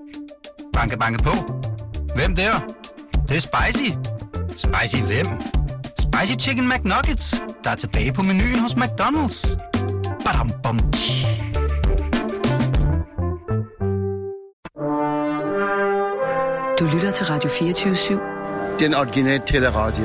Banke, banke på. Hvem der? Det er spicy. Spicy hvem? Spicy Chicken McNuggets, der er tilbage på menuen hos McDonald's. Badum, bom, tji. Du lytter til Radio 24/7. Den originale teleradio.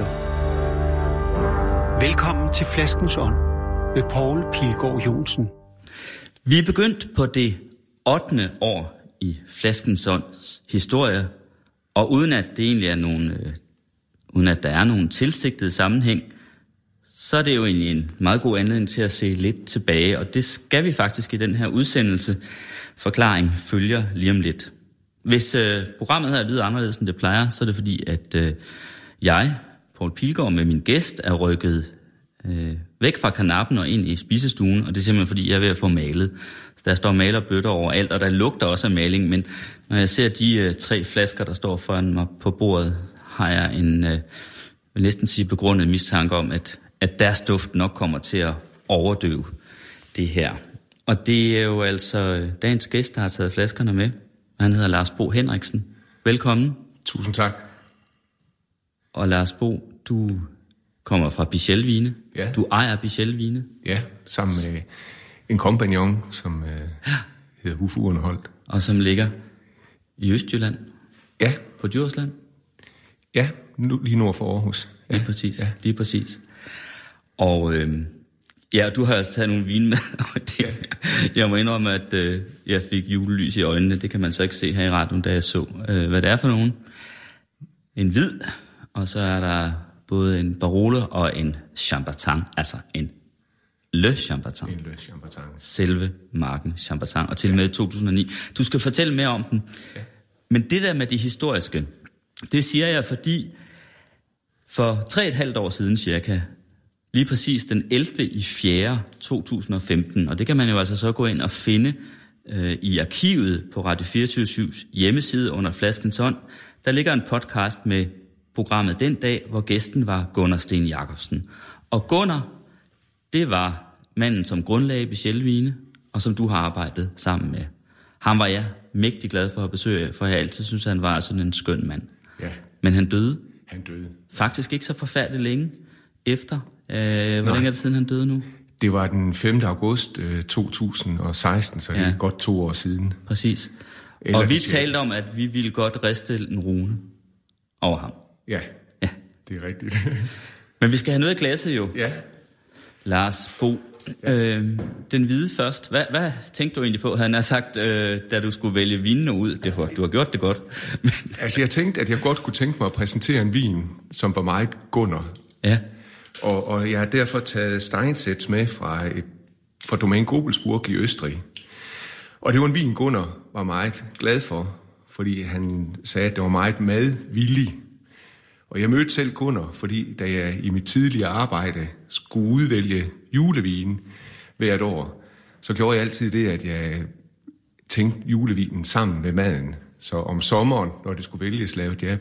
Velkommen til Flaskens Ånd med Poul Pilgaard Johnsen. Vi er begyndt på det 8. år i Flaskens Ånds historie, og uden at det egentlig er uden at der er nogen tilsigtet sammenhæng, så er det jo egentlig en meget god anledning til at se lidt tilbage, og det skal vi faktisk i den her udsendelse. Forklaring følger lige om lidt. Hvis programmet her lyder anderledes, end det plejer, så er det fordi, at jeg, Poul Pilgaard, med min gæst er rykket væk fra karnappen og ind i spisestuen, og det er simpelthen fordi, jeg er ved at få malet. Så der står malerbøtter overalt, og der lugter også af maling, men når jeg ser de 3 flasker, der står foran mig på bordet, har jeg en, vil næsten sige, begrundet mistanke om, at deres duft nok kommer til at overdøve det her. Og det er jo altså dagens gæst, der har taget flaskerne med. Han hedder Lars Bo Henriksen. Velkommen. Tusind tak. Og Lars Bo, du kommer fra Bichel Vine. Ja. Du ejer Bichel Vine. Ja, sammen med en kompagnon, som hedder Uffe Urenholdt. Og som ligger i Østjylland. Ja. På Djursland. Ja, lige nord for Aarhus. Ja. Lige præcis, ja. Lige præcis. Og ja, du har altså taget nogle vine med. Jeg må indrømme, at jeg fik julelys i øjnene. Det kan man så ikke se her i radioen, da jeg så, hvad det er for nogen. En hvid, og så er der både en Barolo og en Chambertin, altså en Le Chambertin. En Le Chambertin. Selve marken Chambertin, og til og med 2009. Du skal fortælle mere om den. Ja. Men det der med de historiske, det siger jeg, fordi for 3,5 år siden cirka, lige præcis den 11.4.2015, og det kan man jo altså så gå ind og finde i arkivet på Radio 24/7's hjemmeside under Flaskens Ånd. Der ligger en podcast med programmet den dag, hvor gæsten var Gunnar Sten Jacobsen. Og Gunnar, det var manden, som grundlagde Bichel Vine, og som du har arbejdet sammen med. Ham var jeg mægtig glad for at besøge, for jeg altid synes, at han var sådan en skøn mand. Ja. Men han døde. Han døde. Faktisk ikke så forfærdeligt længe efter. Hvor længe er det siden, han døde nu? Det var den 5. august 2016, så det er godt 2 år siden. Præcis. Og vi talte om, at vi ville godt riste en rune over ham. Ja, det er rigtigt. Men vi skal have noget af glasset jo. Ja. Lars Bo, den hvide først. Hvad tænkte du egentlig på? Han har sagt, da du skulle vælge vinene ud. Du har gjort det godt. Altså, jeg tænkte, at jeg godt kunne tænke mig at præsentere en vin, som var meget Gunnar. Ja. Og jeg har derfor taget Steinsets med fra Domaine Gobelsburg i Østrig. Og det var en vin, Gunnar var meget glad for, fordi han sagde, at det var meget madvillig. Og jeg mødte selv Gunnar, fordi da jeg i mit tidligere arbejde skulle udvælge julevin hvert år, så gjorde jeg altid det, at jeg tænkte julevinen sammen med maden. Så om sommeren, når det skulle vælges, lavede jeg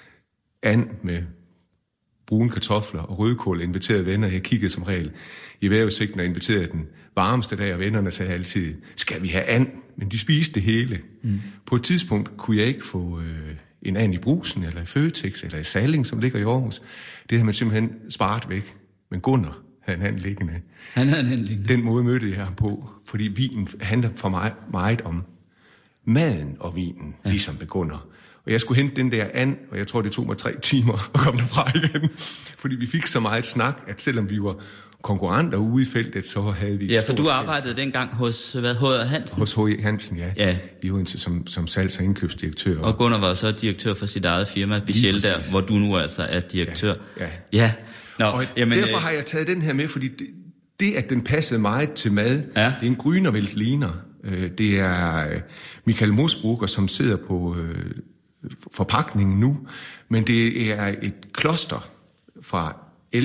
and med brune kartofler og rødkål, inviterede venner. Jeg kiggede som regel i vejrudsigten og inviterede den varmeste dag, og vennerne sagde altid, skal vi have and? Men de spiste det hele. På et tidspunkt kunne jeg ikke få en and i Brugsen, eller i Føtex, eller i Salling, som ligger i Aarhus. Det havde man simpelthen sparet væk. Men Gunnar havde en and liggende. Han havde en and liggende. Den måde mødte jeg ham på, fordi vinen handler for mig meget om maden og vinen, ligesom med Gunnar. Og jeg skulle hente den der and, og jeg tror, det tog mig 3 timer at komme derfra igen. Fordi vi fik så meget snak, at selvom vi var konkurrenter ude i feltet, så havde vi... Ja, for du arbejdede dengang hos H.J. Hansen? Hos H.J. Hansen, ja. I Odense som salgs- og indkøbsdirektør. Og Gunnar var så direktør for sit eget firma, Bichel, der, hvor du nu altså er direktør. Ja. Nå, og derfor har jeg taget den her med, fordi det at den passede meget til mad, det er en Grüner Veltliner. Det er Michael Mosbrugger, som sidder på forpakningen nu, men det er et kloster fra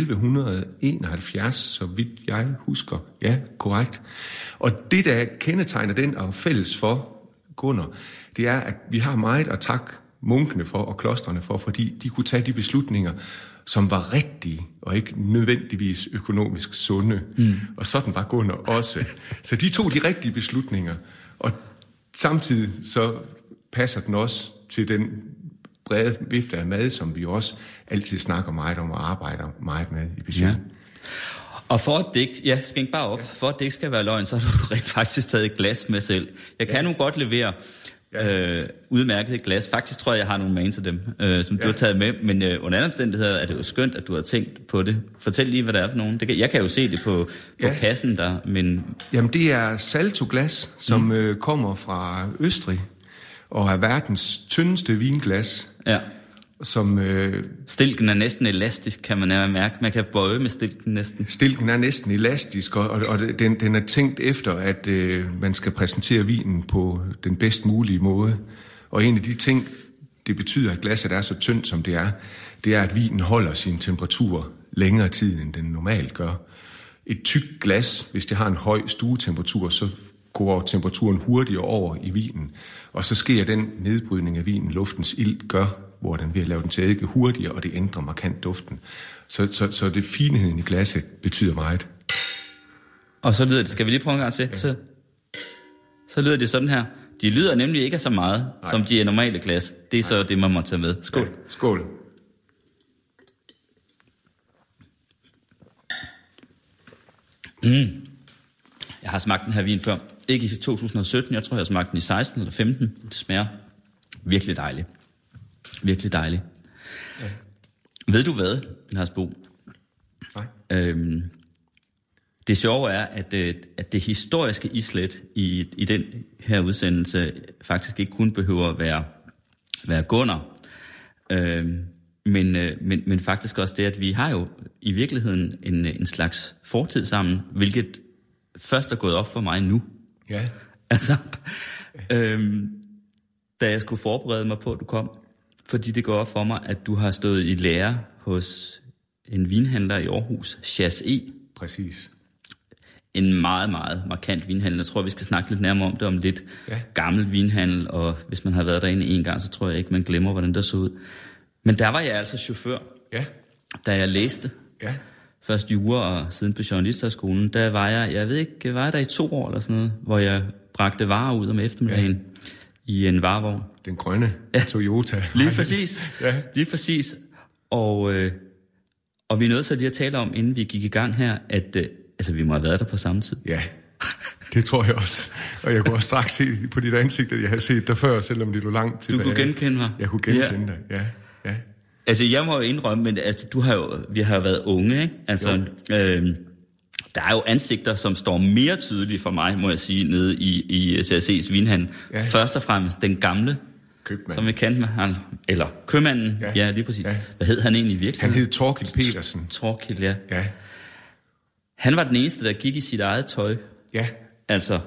1171, så vidt jeg husker. Ja, korrekt. Og det, der kendetegner den og fælles for Gunnar, det er, at vi har meget at takke munkene for og klostrene for, fordi de kunne tage de beslutninger, som var rigtige og ikke nødvendigvis økonomisk sunde. Og sådan var Gunnar også. Så de tog de rigtige beslutninger, og samtidig så passer den også til den brede vifte af mad, som vi også altid snakker meget om og arbejder meget med i budgettet. Ja. Og for at det ikke, skænk bare op, for at det ikke skal være løgn, så har du rent faktisk taget et glas med selv. Jeg kan nu godt levere udmærket glas. Faktisk tror jeg har nogle mains af dem, som du har taget med. Men under andre omstændigheder er det jo skønt, at du har tænkt på det. Fortæl lige, hvad det er for nogen. Jeg kan jo se det på kassen der, men... Jamen, det er Salto-glas, som kommer fra Østrig, og er verdens tyndeste vinglas. Ja. Som, stilken er næsten elastisk, kan man mærke. Man kan bøje med stilken næsten. Stilken er næsten elastisk, og den er tænkt efter, at man skal præsentere vinen på den bedst mulige måde. Og en af de ting, det betyder, at glasset er så tyndt, som det er, at vinen holder sin temperatur længere tid, end den normalt gør. Et tykt glas, hvis det har en høj stuetemperatur, så går temperaturen hurtigere over i vinen. Og så sker den nedbrydning af vinen, luftens ilt gør, hvor den vil lave den til eddike hurtigere, og det ændrer markant duften. Så det finheden i glasset betyder meget. Og så lyder det, skal vi lige prøve en gang til? Ja. Så lyder det sådan her. De lyder nemlig ikke så meget, som de normale glas. Det er så det, man må tage med. Skål. Ja, skål. Jeg har smagt den her vin før. Ikke i 2017, jeg tror, jeg har smagt den i 16 eller 15. Det smager virkelig dejligt. Virkelig dejligt. Ja. Ved du hvad, Lars Bo? Nej. Det sjove er, at det historiske islet i den her udsendelse faktisk ikke kun behøver at være Gunnar. Men faktisk også det, at vi har jo i virkeligheden en slags fortid sammen, hvilket først er gået op for mig nu. Ja. Altså, da jeg skulle forberede mig på, at du kom, fordi det går op for mig, at du har stået i lære hos en vinhandler i Aarhus, Chas E. Præcis. En meget, meget markant vinhandel. Jeg tror, vi skal snakke lidt nærmere om det, om lidt gammel vinhandel, og hvis man har været derinde en gang, så tror jeg ikke, man glemmer, hvordan der så ud. Men der var jeg altså chauffør, da jeg læste. Ja. Først jura og siden på journalisterskolen, der var jeg ved ikke, var jeg der i 2 år eller sådan noget, hvor jeg bragte varer ud om eftermiddagen i en varevogn. Den grønne Toyota. Lige præcis. Lige præcis. Og vi nåede så lige at tale om, inden vi gik i gang her, at vi må have været der på samme tid. Ja, det tror jeg også. Og jeg kunne også straks se på dit ansigt, at jeg havde set dig før, selvom det lå langt tilbage. Du kunne genkende mig? Jeg kunne genkende dig, ja. Altså, jeg må jo indrømme, men altså, vi har jo været unge, ikke? Altså, der er jo ansigter, som står mere tydeligt for mig, må jeg sige, nede i CRC's vinhandel. Ja. Først og fremmest den gamle købmand, som vi kendte med han, eller købmanden, ja lige præcis. Ja. Hvad hed han egentlig i virkeligheden? Han hed Thorkild Petersen. Thorkild, ja. Han var den eneste, der gik i sit eget tøj. Ja. Altså,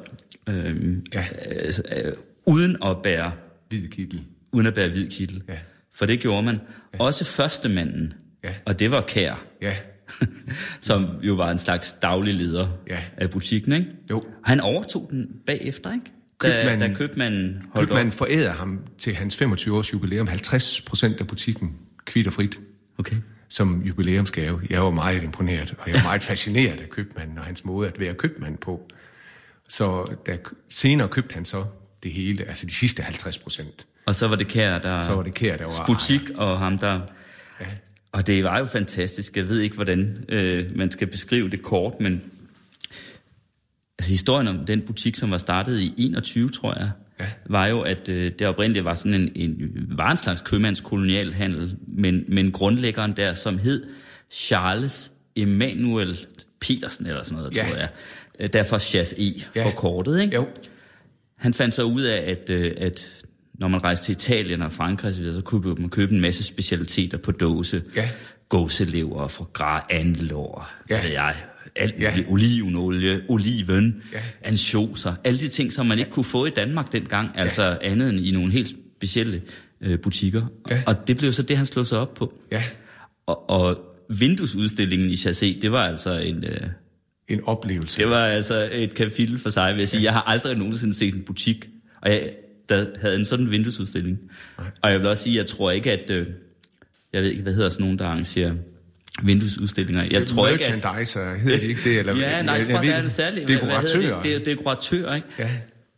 uden at bære hvid kittel. Uden at bære hvid kittel. Ja. For det gjorde man. Ja. Også førstemanden. Ja. Og det var Kjær. Ja. Som jo var en slags daglig leder af butikken, ikke? Jo. Og han overtog den bagefter, ikke? Da købmanden holdt købmanden forærede ham til hans 25-års jubilæum 50% af butikken kvit og frit. Okay. Som jubilæumsgave. Jeg var meget imponeret, og jeg var meget fascineret af købmanden og hans måde at være købmand på. Så senere købte han så det hele, altså de sidste 50%. Og så var det Kjær, der var butik, og ham der... Ja. Og det var jo fantastisk. Jeg ved ikke, hvordan man skal beskrive det kort, men... Altså historien om den butik, som var startet i 21, tror jeg, var jo, at det oprindeligt var sådan en slags købmandskolonialhandel, men grundlæggeren der, som hed Charles Emanuel Petersen, eller sådan noget, tror jeg. Derfor Chas E. forkortet, ikke? Jo. Han fandt så ud af, at når man rejste til Italien og Frankrig, så kunne man købe en masse specialiteter på dåse. Ja. Gåselever, foie, andelår, olivenolie, oliven, ansjoser, alle de ting, som man ikke kunne få i Danmark dengang, altså andet end i nogle helt specielle butikker. Ja. Og det blev så det, han slog sig op på. Ja. Og vinduesudstillingen i Chas E, det var altså en oplevelse. Det var altså et kapitel for sig, vil jeg sige. Jeg har aldrig nogensinde set en butik, der havde en sådan vinduesudstilling. Nej. Og jeg vil også sige, jeg tror ikke, at... jeg ved ikke, hvad hedder sådan nogen, der arrangerer vinduesudstillinger. Jeg tror ikke, at... Merchandiser, hedder det ikke det? Eller, ja, nej, jeg tror, det er det særligt. Dekoratører. Det er dekoratører, ikke? Ja.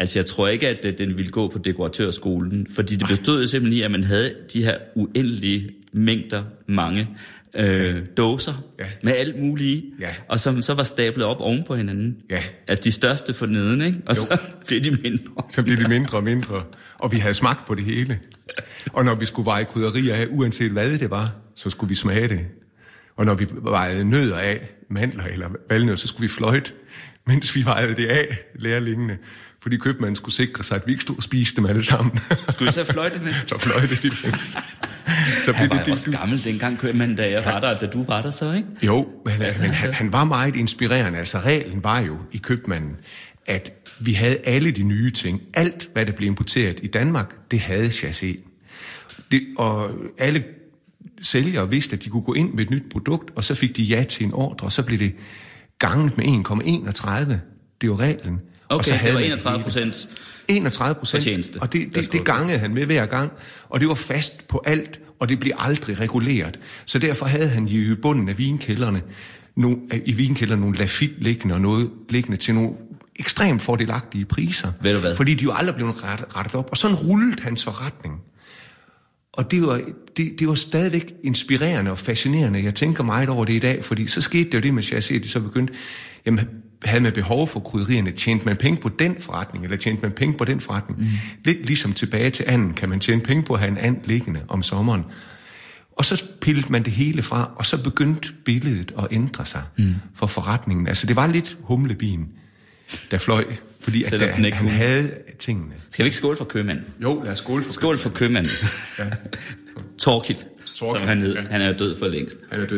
Altså, jeg tror ikke, at den ville gå på dekoratørskolen, fordi det bestod jo simpelthen i, at man havde de her uendelige mængder, mange dåser med alt muligt i, og som så var stablet op oven på hinanden. Ja. Altså de største for neden, ikke? Og så blev de mindre. Så blev de mindre og mindre, og vi havde smagt på det hele. Og når vi skulle veje krydderier af, uanset hvad det var, så skulle vi smage det. Og når vi vejede nødder af, mandler eller valnødder, så skulle vi fløjte, mens vi vejede det af, lærlingene. Fordi købmanden skulle sikre sig, at vi ikke stod og spiste dem alle sammen. Skulle I så fløjte mens? Så fløjte de mens. Så han var også gammel dengang, købmanden, da jeg var der, da du var der så, ikke? Jo, men han var meget inspirerende. Altså reglen var jo i købmanden, at vi havde alle de nye ting. Alt, hvad der blev importeret i Danmark, det havde Chassis. Og alle sælgere vidste, at de kunne gå ind med et nyt produkt, og så fik de ja til en ordre, og så blev det ganget med 1,31. Det var reglen. Okay, og så det var 31%. 31%. Og det gangede han med hver gang, og det var fast på alt, og det blev aldrig reguleret. Så derfor havde han i bunden af vinkælderne, nogle Lafite liggende og noget liggende til nogle ekstremt fordelagtige priser. Ved du hvad? Fordi de jo aldrig blev rettet op. Og sådan rullede hans forretning. Og det var stadigvæk inspirerende og fascinerende. Jeg tænker meget over det i dag, fordi så skete det jo det med Chassis, at de så begyndte, jamen, havde man behov for krydderierne, tjente man penge på den forretning, eller tjente man penge på den forretning? Lidt ligesom tilbage til anden, kan man tjene penge på at have en and liggende om sommeren. Og så pillede man det hele fra, og så begyndte billedet at ændre sig for forretningen. Altså det var lidt humlebien, der fløj, fordi at han havde tingene. Skal vi ikke skåle for købmanden? Jo, lad os skåle for Skål for købmanden. Ja. Torkild, som han hed. Han er jo død for længst.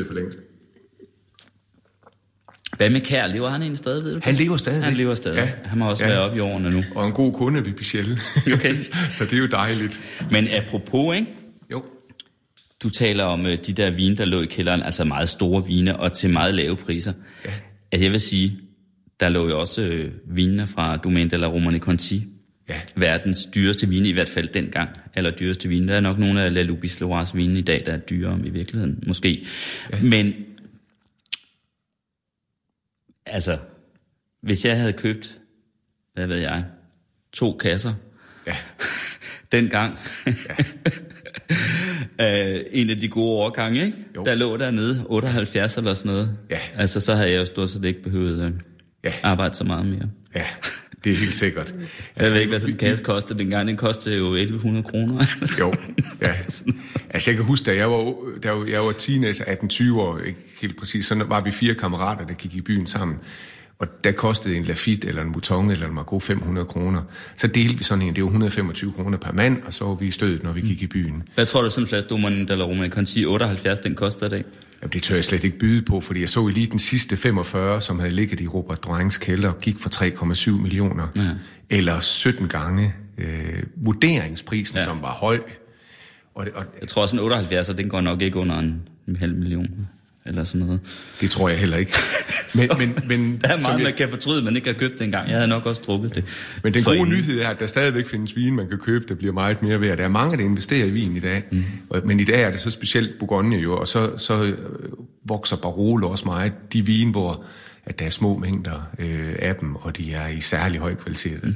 Hvad med Kjær? Lever han egentlig stadig, ved du? Han lever stadig. Han lever stadig. Ja. Han må også være oppe i årene nu. Og en god kunde ved Pichelle. Okay. Så det er jo dejligt. Men apropos, ikke? Jo. Du taler om de der vine, der lå i kælderen, altså meget store vine, og til meget lave priser. Ja. Altså jeg vil sige, der lå jo også viner fra Domaine de la Romanée-Conti. Ja. Verdens dyreste vine, i hvert fald dengang. Eller dyreste vine. Der er nok nogle af La Louis-Leroy's vine i dag, der er dyrere i virkeligheden, måske. Ja. Men altså, hvis jeg havde købt, hvad ved jeg, 2 kasser, dengang, en af de gode årgange, ikke? Der lå dernede, 78 eller sådan noget. Ja. Altså, så havde jeg jo stort set ikke behøvet arbejde så meget mere. Ja, det er helt sikkert. Jeg ved ikke, hvad sådan en kasse kostede dengang. Den kostede jo 1.100 kroner. Jo, ja. Altså, jeg kan huske, da jeg var teenager, 18-20 år, ikke helt præcis, så var vi 4 kammerater, der gik i byen sammen. Og der kostede en Lafite eller en Mouton eller en Margaux 500 kroner. Så delte vi sådan en, det var 125 kroner per mand, og så var vi i stødet, når vi gik i byen. Hvad tror du, sådan en flaske Domaine de la Romanée-Conti 78, den koster i dag? Jamen, det tør jeg slet ikke byde på, fordi jeg så lige den sidste 45, som havde ligget i Robert Drouhins kælder, gik for 3,7 millioner. Ja. Eller 17 gange vurderingsprisen, som var høj. Og jeg tror, sådan en 78, den går nok ikke under en halv million. Eller sådan noget. Det tror jeg heller ikke. Men der er meget, man kan fortryde, man ikke har købt dengang. Jeg havde nok også drukket det. Men den gode nyhed er, at der stadigvæk findes vin, man kan købe, der bliver meget mere værd. Der er mange, der investerer i vin i dag. Men i dag er det så specielt Bourgogne jo, og så vokser Barolo også meget. De vin, hvor at der er små mængder af dem, og de er i særlig høj kvalitet.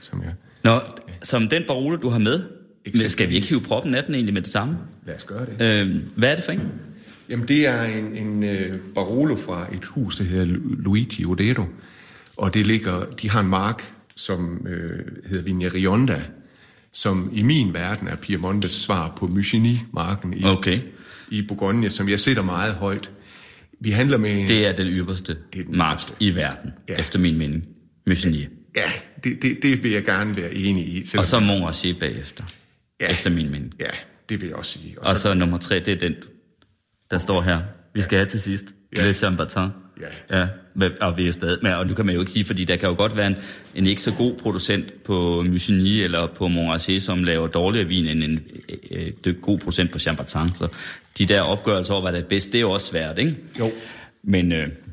Som den Barolo, du har med, skal vi ikke hive proppen af den egentlig med det samme? Lad os gøre det. Hvad er det for en? Jamen, det er en Barolo fra et hus, der hedder Luigi Odero. Og de har en mark, som hedder Vigna Rionda, som i min verden er Piemontes svar på Musigny-marken i Bourgogne, som jeg sætter meget højt. Vi handler med... Det er den ypperste mark i verden, efter min mening. Musigny. Ja, det vil jeg gerne være enig i. Og så Montrachet bagefter, efter min mening. Ja, det vil jeg også sige. Og så nummer 3, det er den... Der står her, vi skal have til sidst, Le Chambertin. Ja. Og vi er stadig, og nu kan man jo ikke sige, fordi der kan jo godt være en ikke så god producent på Musigny eller på Montrachet, som laver dårligere vin end en god producent på Chambertin. Så de der opgørelser over, hvad der er bedst, det er jo også svært, ikke? Jo. Men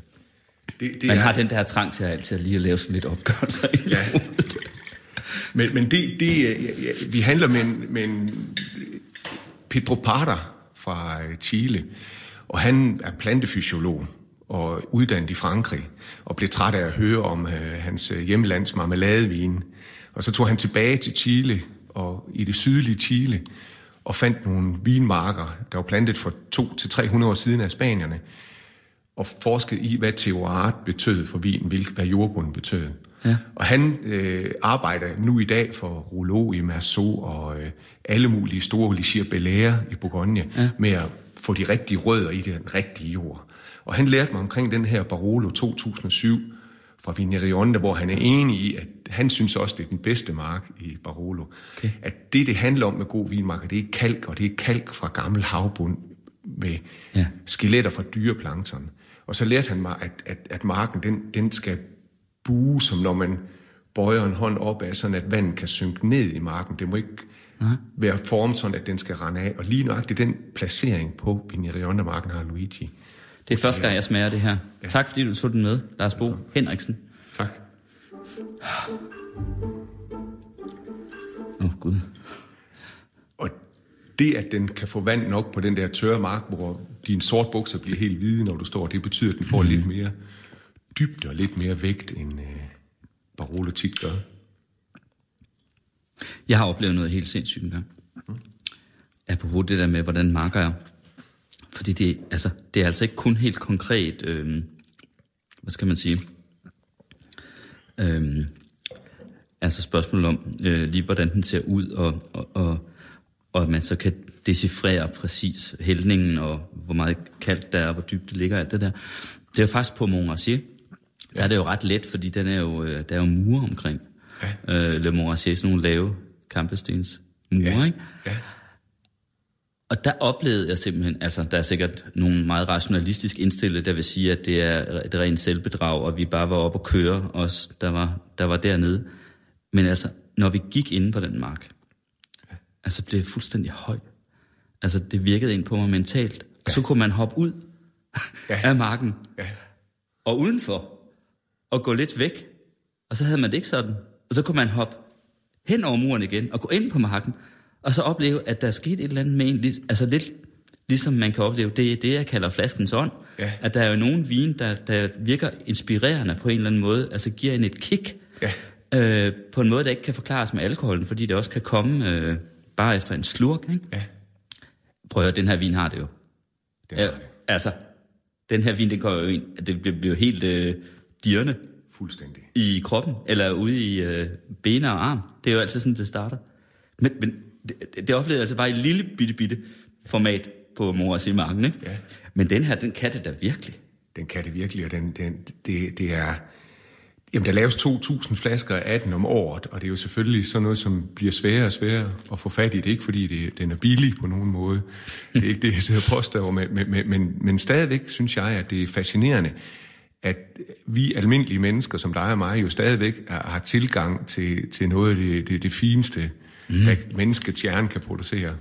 man har den der trang til altid lige at lave sådan lidt opgørelser. Ja. Men vi handler med en Pedro Parra fra Chile, og han er plantefysiolog og uddannet i Frankrig, og blev træt af at høre om hans hjemlands marmeladevin, Og så tog han tilbage til Chile, og i det sydlige Chile, og fandt nogle vinmarker, der var plantet for 200 til 300 år siden af spanierne, og forskede i, hvad terroir betød for vin, hvad jordbunden betød. Ja. Og han arbejder nu i dag for Rouleau i Merceau og alle mulige store Ligier Belair i Bourgogne, med at få de rigtige rødder i den rigtige jord. Og han lærte mig omkring den her Barolo 2007 fra Vignerionde, hvor han er enig i, at han synes også, det er den bedste mark i Barolo. Okay. At det handler om med god vinmarker, det er kalk, og det er kalk fra gammel havbund med skeletter fra dyreplankton. Og så lærte han mig, at marken, den skal buge, som når man bøjer en hånd op af, sådan at vandet kan synke ned i marken. Det må ikke være formet sådan, at den skal rende af. Og lige nøjagtigt den placering på Vignerionde-marken har Luigi. Det er første gang, jeg smager det her. Ja. Tak fordi du tog den med, Lars Bo Henriksen. Tak. Gud. Og det, at den kan få vand nok på den der tørre mark, hvor dine sorte bukser bliver helt hvide, når du står, det betyder, at den får lidt mere dybde og lidt mere vægt, end Barolo tit gør. Jeg har oplevet noget helt sindssygt engang. Apropos det der med, hvordan marker er. Fordi det er altså ikke kun helt konkret, hvad skal man sige, altså spørgsmål om lige hvordan den ser ud, og at man så kan decifrere præcis hældningen, og hvor meget kalk der er, og hvor dybt det ligger, alt det der. Det er jo faktisk på Montrachet. Der er det jo ret let, fordi der er jo mure omkring. Le Montrachet, sådan nogle lave kampestens mure, ikke? Ja. Og der oplevede jeg simpelthen, altså der er sikkert nogle meget rationalistisk indstillede, der vil sige, at det er et rent selvbedrag, og vi bare var oppe og køre os, der var dernede. Men altså, når vi gik inde på den mark, altså blev det fuldstændig høj. Altså det virkede ind på mig mentalt. Og så kunne man hoppe ud af marken, og udenfor, og gå lidt væk. Og så havde man det ikke sådan. Og så kunne man hoppe hen over muren igen, og gå ind på marken, og så opleve, at der er sket et eller andet med en, altså lidt ligesom man kan opleve, det er det, jeg kalder flaskens ånd. Ja. At der er jo nogle vin, der virker inspirerende på en eller anden måde, altså giver en et kick, på en måde, der ikke kan forklares med alkoholen, fordi det også kan komme bare efter en slurk, ikke? Ja. Prøv at høre, den her vin har det jo. Altså, den her vin, den går jo ind, det bliver helt dirrende. Fuldstændig. I kroppen, eller ude i ben og arm. Det er jo altid sådan, det starter. Men det oplevede altså bare i lille bitte format på Montrachet-marken, ikke? Ja. Men den her, den kan det da virkelig. Den kan det virkelig, og det er... Jamen, der laves 2.000 flasker af den om året, og det er jo selvfølgelig sådan noget, som bliver sværere og sværere at få fat i. Det er ikke, fordi den er billig på nogen måde. Det er ikke det, jeg sidder og påstår med. Men stadigvæk synes jeg, at det er fascinerende, at vi almindelige mennesker, som dig og mig, jo stadigvæk har tilgang til noget af det fineste, at menneskets hjerne kan producere.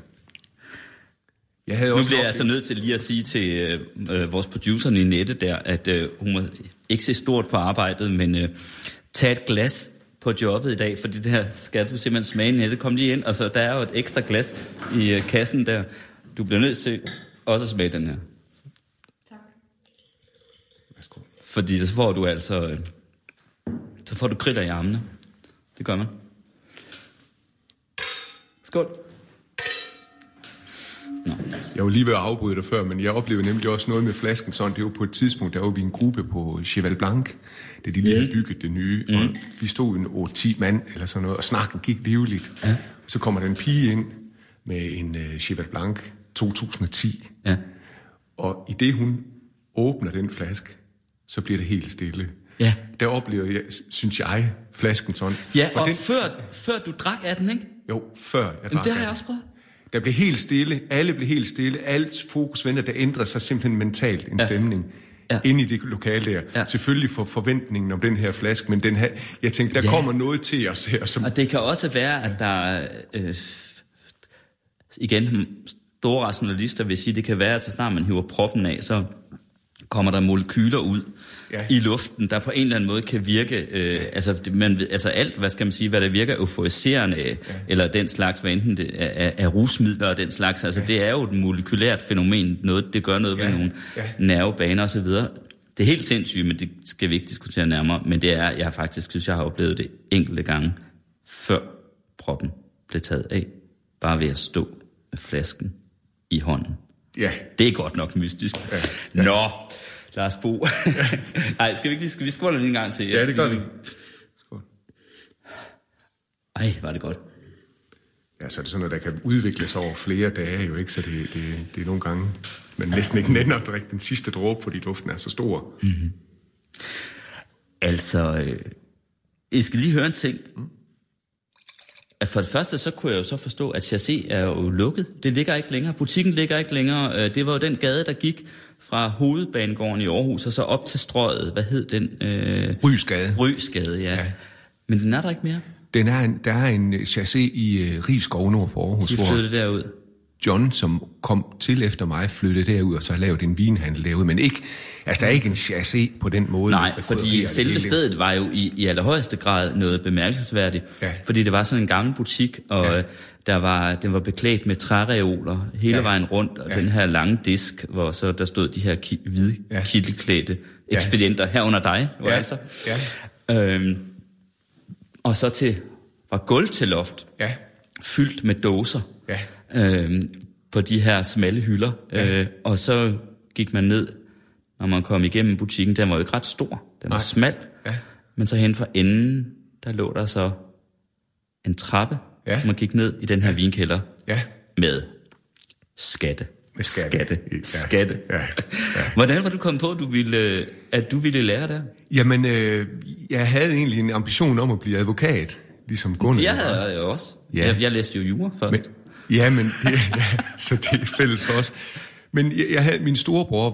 Nu bliver jeg altså nødt til lige at sige til vores producer Ninette der, at hun må ikke se stort på arbejdet, men tage et glas på jobbet i dag, for det her skal du simpelthen smage, Ninette. Kom lige ind, og så der er jo et ekstra glas i kassen der. Du bliver nødt til også at smage den her. Tak. Værsgo. Fordi så får du altså, så får du kriller i armene. Det gør man. Skål. No. Jeg var lige ved at afbryde dig før, men jeg oplevede nemlig også noget med flasken sådan. Det var på et tidspunkt, der var vi en gruppe på Cheval Blanc, da de lige havde bygget det nye, og vi stod en 8-10 mand eller sådan noget, og snakken gik livligt. Ja. Så kommer der en pige ind med en Cheval Blanc 2010, og i det hun åbner den flaske, så bliver det helt stille. Ja. Der oplever jeg, synes jeg, flasken sådan. Ja, og før du drak af den, ikke? Jo, før jeg drak. Det har jeg også prøvet. Der blev helt stille, alle blev helt stille, alt fokus venter, der ændrer sig simpelthen mentalt en stemning inde i det lokale der. Ja. Selvfølgelig for forventningen om den her flaske, men den her, jeg tænkte, der kommer noget til os her. Som... Og det kan også være, at der igen, store rationalister vil sige, det kan være, at så snart man hiver proppen af, så kommer der molekyler ud i luften, der på en eller anden måde kan virke, altså alt, hvad skal man sige, hvad der virker euforiserende, eller den slags, hvad enten det er rusmidler og den slags, altså det er jo et molekylært fænomen, det gør noget ved nogle nervebaner osv. Det er helt sindssygt, men det skal vi ikke diskutere nærmere, men det er, jeg faktisk synes, jeg har oplevet det enkelte gange, før proppen blev taget af, bare ved at stå med flasken i hånden. Ja. Det er godt nok mystisk. Ja. Nå, Lars Bo. Ej, skal vi skåle den en gang til? Ja, det gør vi. Skål. Ej, var det godt. Ja, så er det sådan noget, der kan udvikle sig over flere dage, jo ikke? Så det er nogle gange, man næsten ikke nænder at drikke den sidste dråbe, fordi duften er så stor. Mm-hmm. Altså, jeg skal lige høre en ting. At for det første, så kunne jeg jo så forstå, at Chassé er jo lukket. Det ligger ikke længere. Butikken ligger ikke længere. Det var jo den gade, der gik fra Hovedbanegården i Aarhus, og så op til Strøget. Hvad hed den? Rysgade. Rysgade, ja. Men den er der ikke mere. Der er en Chassé i Rigskov nord for Aarhus. De flyttede derud. John, som kom til efter mig, flyttede derud, og så har lavet en vinhandel derude. Men ikke, altså der er ikke en Chassé på den måde. Nej, fordi selve stedet var jo i allerhøjeste grad noget bemærkelsesværdigt. Ja. Fordi det var sådan en gammel butik, og den var beklædt med træreoler hele vejen rundt, og den her lange disk, hvor så der stod de her hvide kittelklædte ekspedienter herunder dig, altså. Ja. Og så var gulv til loft, fyldt med dåser. Ja. På de her smalle hylder. Ja. Og så gik man ned, når man kom igennem butikken. Den var jo ikke ret stor. Den var smal. Ja. Men så hen for enden, der lå der så en trappe. Ja. Man gik ned i den her vinkælder med skatte. Med skatte. Skatte. Ja. Ja. Hvordan var du kommet på, at du ville lære der? Jamen, jeg havde egentlig en ambition om at blive advokat, ligesom Gunnar. Det havde jeg jo også. Ja. Jeg læste jo jura først. Så det er fælles for os. Men min storebror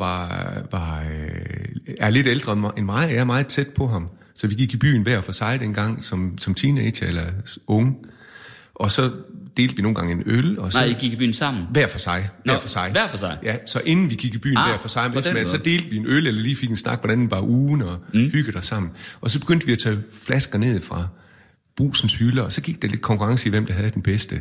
er lidt ældre end mig. Jeg er meget tæt på ham. Så vi gik i byen hver for sig dengang, som teenager eller unge. Og så delte vi nogle gange en øl. Og så I gik i byen sammen? Hver for sig. Hver for sig? Ja, så inden vi gik i byen hver for sig, så delte vi en øl, eller lige fik en snak, hvordan var ugen, og hyggede os sammen. Og så begyndte vi at tage flasker ned fra Brusens hylder, og så gik der lidt konkurrence i, hvem der havde den bedste.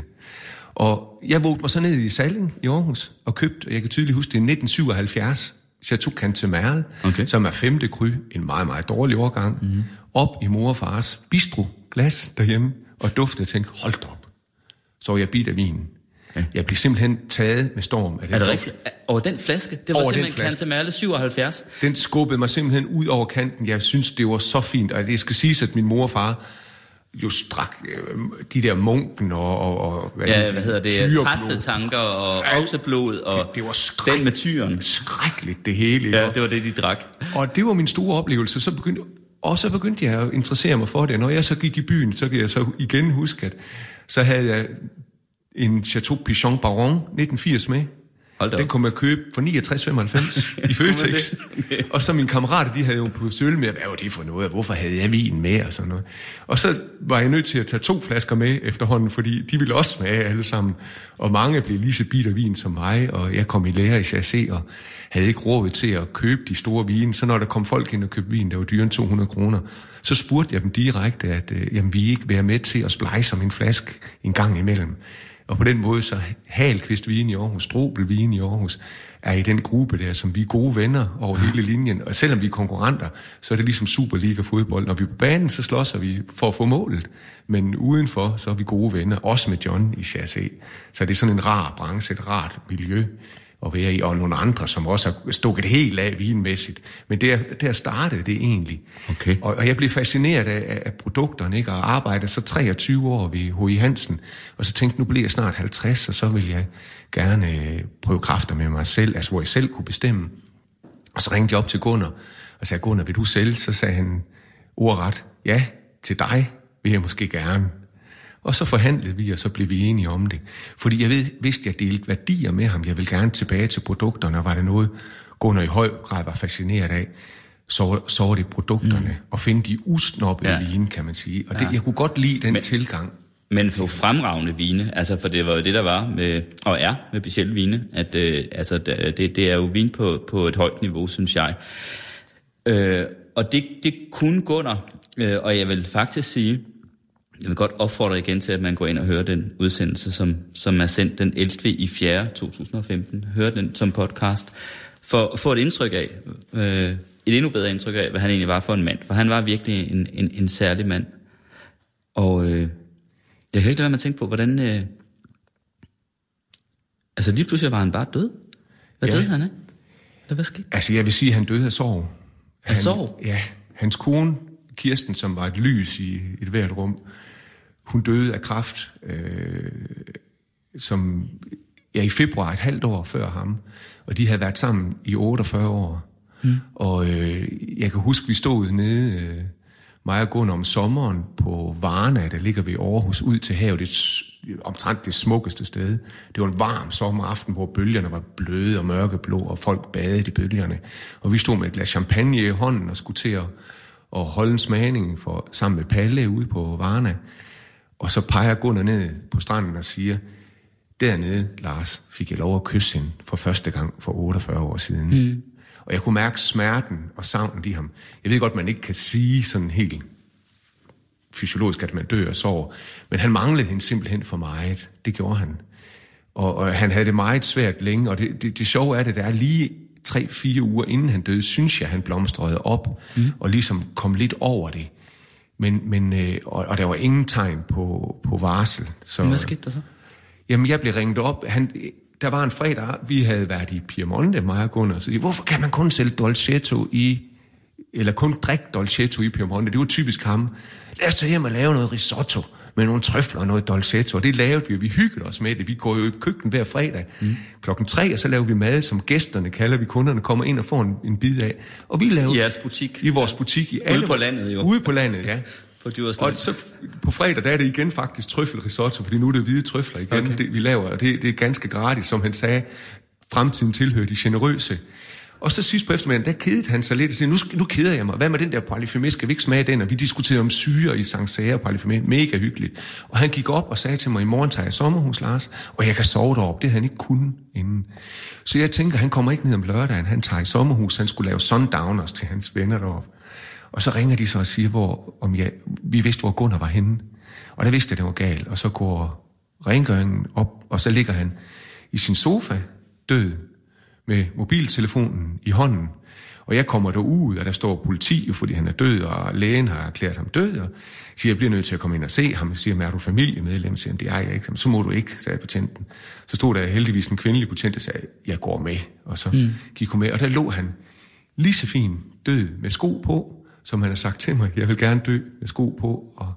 Og jeg vågte mig så ned i Salling i Aarhus og købte, og jeg kan tydeligt huske det, 1977, Chateau Cantemerle, som er 5. cru, en meget, meget dårlig årgang, op i mor og fars bistro-glas derhjemme, og duftede og tænkte, hold op, så var jeg bidt af vinen. Ja. Jeg blev simpelthen taget med storm af det. Er det rigtigt? Over den flaske? Det var simpelthen Cantemerle 77? Den skubbede mig simpelthen ud over kanten. Jeg synes, det var så fint, og det skal siges, at min mor og far jo strak de der munken og præstetanker og okseblod og det var den med tyren. Skrækkeligt det hele. Ja, det var det, de drak. Og det var min store oplevelse. Så begyndte jeg at interessere mig for det. Når jeg så gik i byen, så kan jeg så igen huske, at så havde jeg en Chateau Pichon Baron 1980 med. Den kunne man købe for 69,95 i Føtex. Og så mine kammerater, de havde jo på sølv med, hvad var det for noget, hvorfor havde jeg vin med og sådan noget. Og så var jeg nødt til at tage 2 flasker med efterhånden, fordi de ville også smage alle sammen. Og mange blev lige så bidt af vin som mig, og jeg kom i lære i Chassé og havde ikke råd til at købe de store vine. Så når der kom folk ind og købte vin, der var dyrere end 200 kroner, så spurgte jeg dem direkte, at vi ikke være med til at splejse om en flaske en gang imellem. Og på den måde så Halkvist Vin i Aarhus, Strobel Vin i Aarhus, er i den gruppe der, som vi er gode venner over hele linjen. Og selvom vi er konkurrenter, så er det ligesom Superliga-fodbold. Når vi er på banen, så slås vi for at få målet. Men udenfor, så er vi gode venner, også med John i Chassé. Så det er sådan en rar branche, et rart miljø at være i, og nogle andre, som også har stukket helt af vinmæssigt. Men der startede det egentlig. Okay. Og jeg blev fascineret af produkterne, ikke? Og arbejdede så 23 år ved H.I. Hansen, og så tænkte, nu bliver jeg snart 50, og så vil jeg gerne prøve kræfter med mig selv, altså hvor jeg selv kunne bestemme. Og så ringte jeg op til Gunnar, og sagde, Gunnar, vil du sælge? Så sagde han ordret, ja, til dig vil jeg måske gerne. Og så forhandlede vi, og så blev vi enige om det. Fordi jeg vidste, jeg delte værdier med ham. Jeg ville gerne tilbage til produkterne, og var det noget, Gunnar i høj grad var fascineret af, så var det produkterne. Og finde de usnoppede vine, kan man sige. Og det, jeg kunne godt lide den tilgang. Men for fremragende vine, altså for det var jo det, der var med, og er med specielle vine, at det er jo vin på et højt niveau, synes jeg. Og det kunne Gunnar, og jeg vil faktisk sige, jeg vil godt opfordre igen til, at man går ind og hører den udsendelse, som er sendt den 11. i 4. 2015. Hør den som podcast. For at få et indtryk af, et endnu bedre indtryk af, hvad han egentlig var for en mand. For han var virkelig en særlig mand. Og Jeg kan ikke lade være med at tænke på, hvordan... Altså lige pludselig var han bare død. Hvad døde han af? Eller hvad skete? Altså jeg vil sige, at han døde af sorg. Af sorg? Ja. Hans kone, Kirsten, som var et lys i et hvert rum, hun døde af kræft, i februar, et halvt år før ham. Og de havde været sammen i 48 år. Og jeg kan huske, vi stod nede, mig og Gunnar, om sommeren på Varna, der ligger ved Aarhus, ud til havet, omtrent det smukkeste sted. Det var en varm sommeraften, hvor bølgerne var bløde og mørkeblå, og folk badede i bølgerne. Og vi stod med et glas champagne i hånden og skulle til at holde en smagning sammen med Palle ude på Varna. Og så peger Gunnar ned på stranden og siger, dernede, Lars, fik jeg lov at kysse hende for første gang for 48 år siden. Og jeg kunne mærke smerten og savnet i ham. Jeg ved godt, man ikke kan sige sådan helt fysiologisk, at man dør af sorg, men han manglede hende simpelthen for meget. Det gjorde han. Og han havde det meget svært længe, og det sjove er, at det er lige 3-4 uger inden han døde, synes jeg, han blomstrede op, og ligesom kom lidt over det. Men der var ingen tegn på varsel. Så, hvad skete der så? Jamen, jeg blev ringet op. Der var en fredag, vi havde været i Piemonte, mig og Gunnar, så hvorfor kan man kun sælge Dolcetto eller kun drikke Dolcetto i Piemonte? Det var typisk ham. Lad os tage hjem og lave noget risotto med nogle trøfler og noget Dolcetto. Og det lavede vi, og vi hyggede os med det. Vi går jo i køkken hver fredag 3:00, og så laver vi mad, som gæsterne kalder vi kunderne, kommer ind og får en bid af. Og vi lavede i jeres butik? I vores butik. Ude på landet jo. Ude på landet, ja. Og så på fredag, der er det igen faktisk trøffelrisotto, fordi nu er det hvide trøfler igen, det, vi laver, og det er ganske gratis, som han sagde, fremtiden tilhører de generøse. Og så sidst på eftermiddagen, der kedede han sig lidt og sagde, nu keder jeg mig, hvad med den der parfumé, skal vi ikke smage den? Og vi diskuterede om syre i Sancerre parfumé, mega hyggeligt. Og han gik op og sagde til mig, i morgen tager jeg sommerhus, Lars, og jeg kan sove deroppe, det havde han ikke kunnet inden. Så jeg tænker, han kommer ikke ned om lørdagen, han tager i sommerhus, han skulle lave sundowners til hans venner deroppe. Og så ringer de så og siger, vi vidste, hvor Gunnar var henne. Og der vidste jeg, det var galt. Og så går rengøringen op, og så ligger han i sin sofa, død, med mobiltelefonen i hånden. Og jeg kommer derud, og der står politi, fordi han er død, og lægen har erklæret ham død, og siger, jeg bliver nødt til at komme ind og se ham. Jeg siger, er du familiemedlem? Jeg siger, det er jeg ikke. Så må du ikke, sagde betjenten. Så stod der heldigvis en kvindelig betjent, der sagde, jeg går med. Og så gik hun med, og der lå han lige så fin død med sko på, som han har sagt til mig, jeg vil gerne dø med sko på, og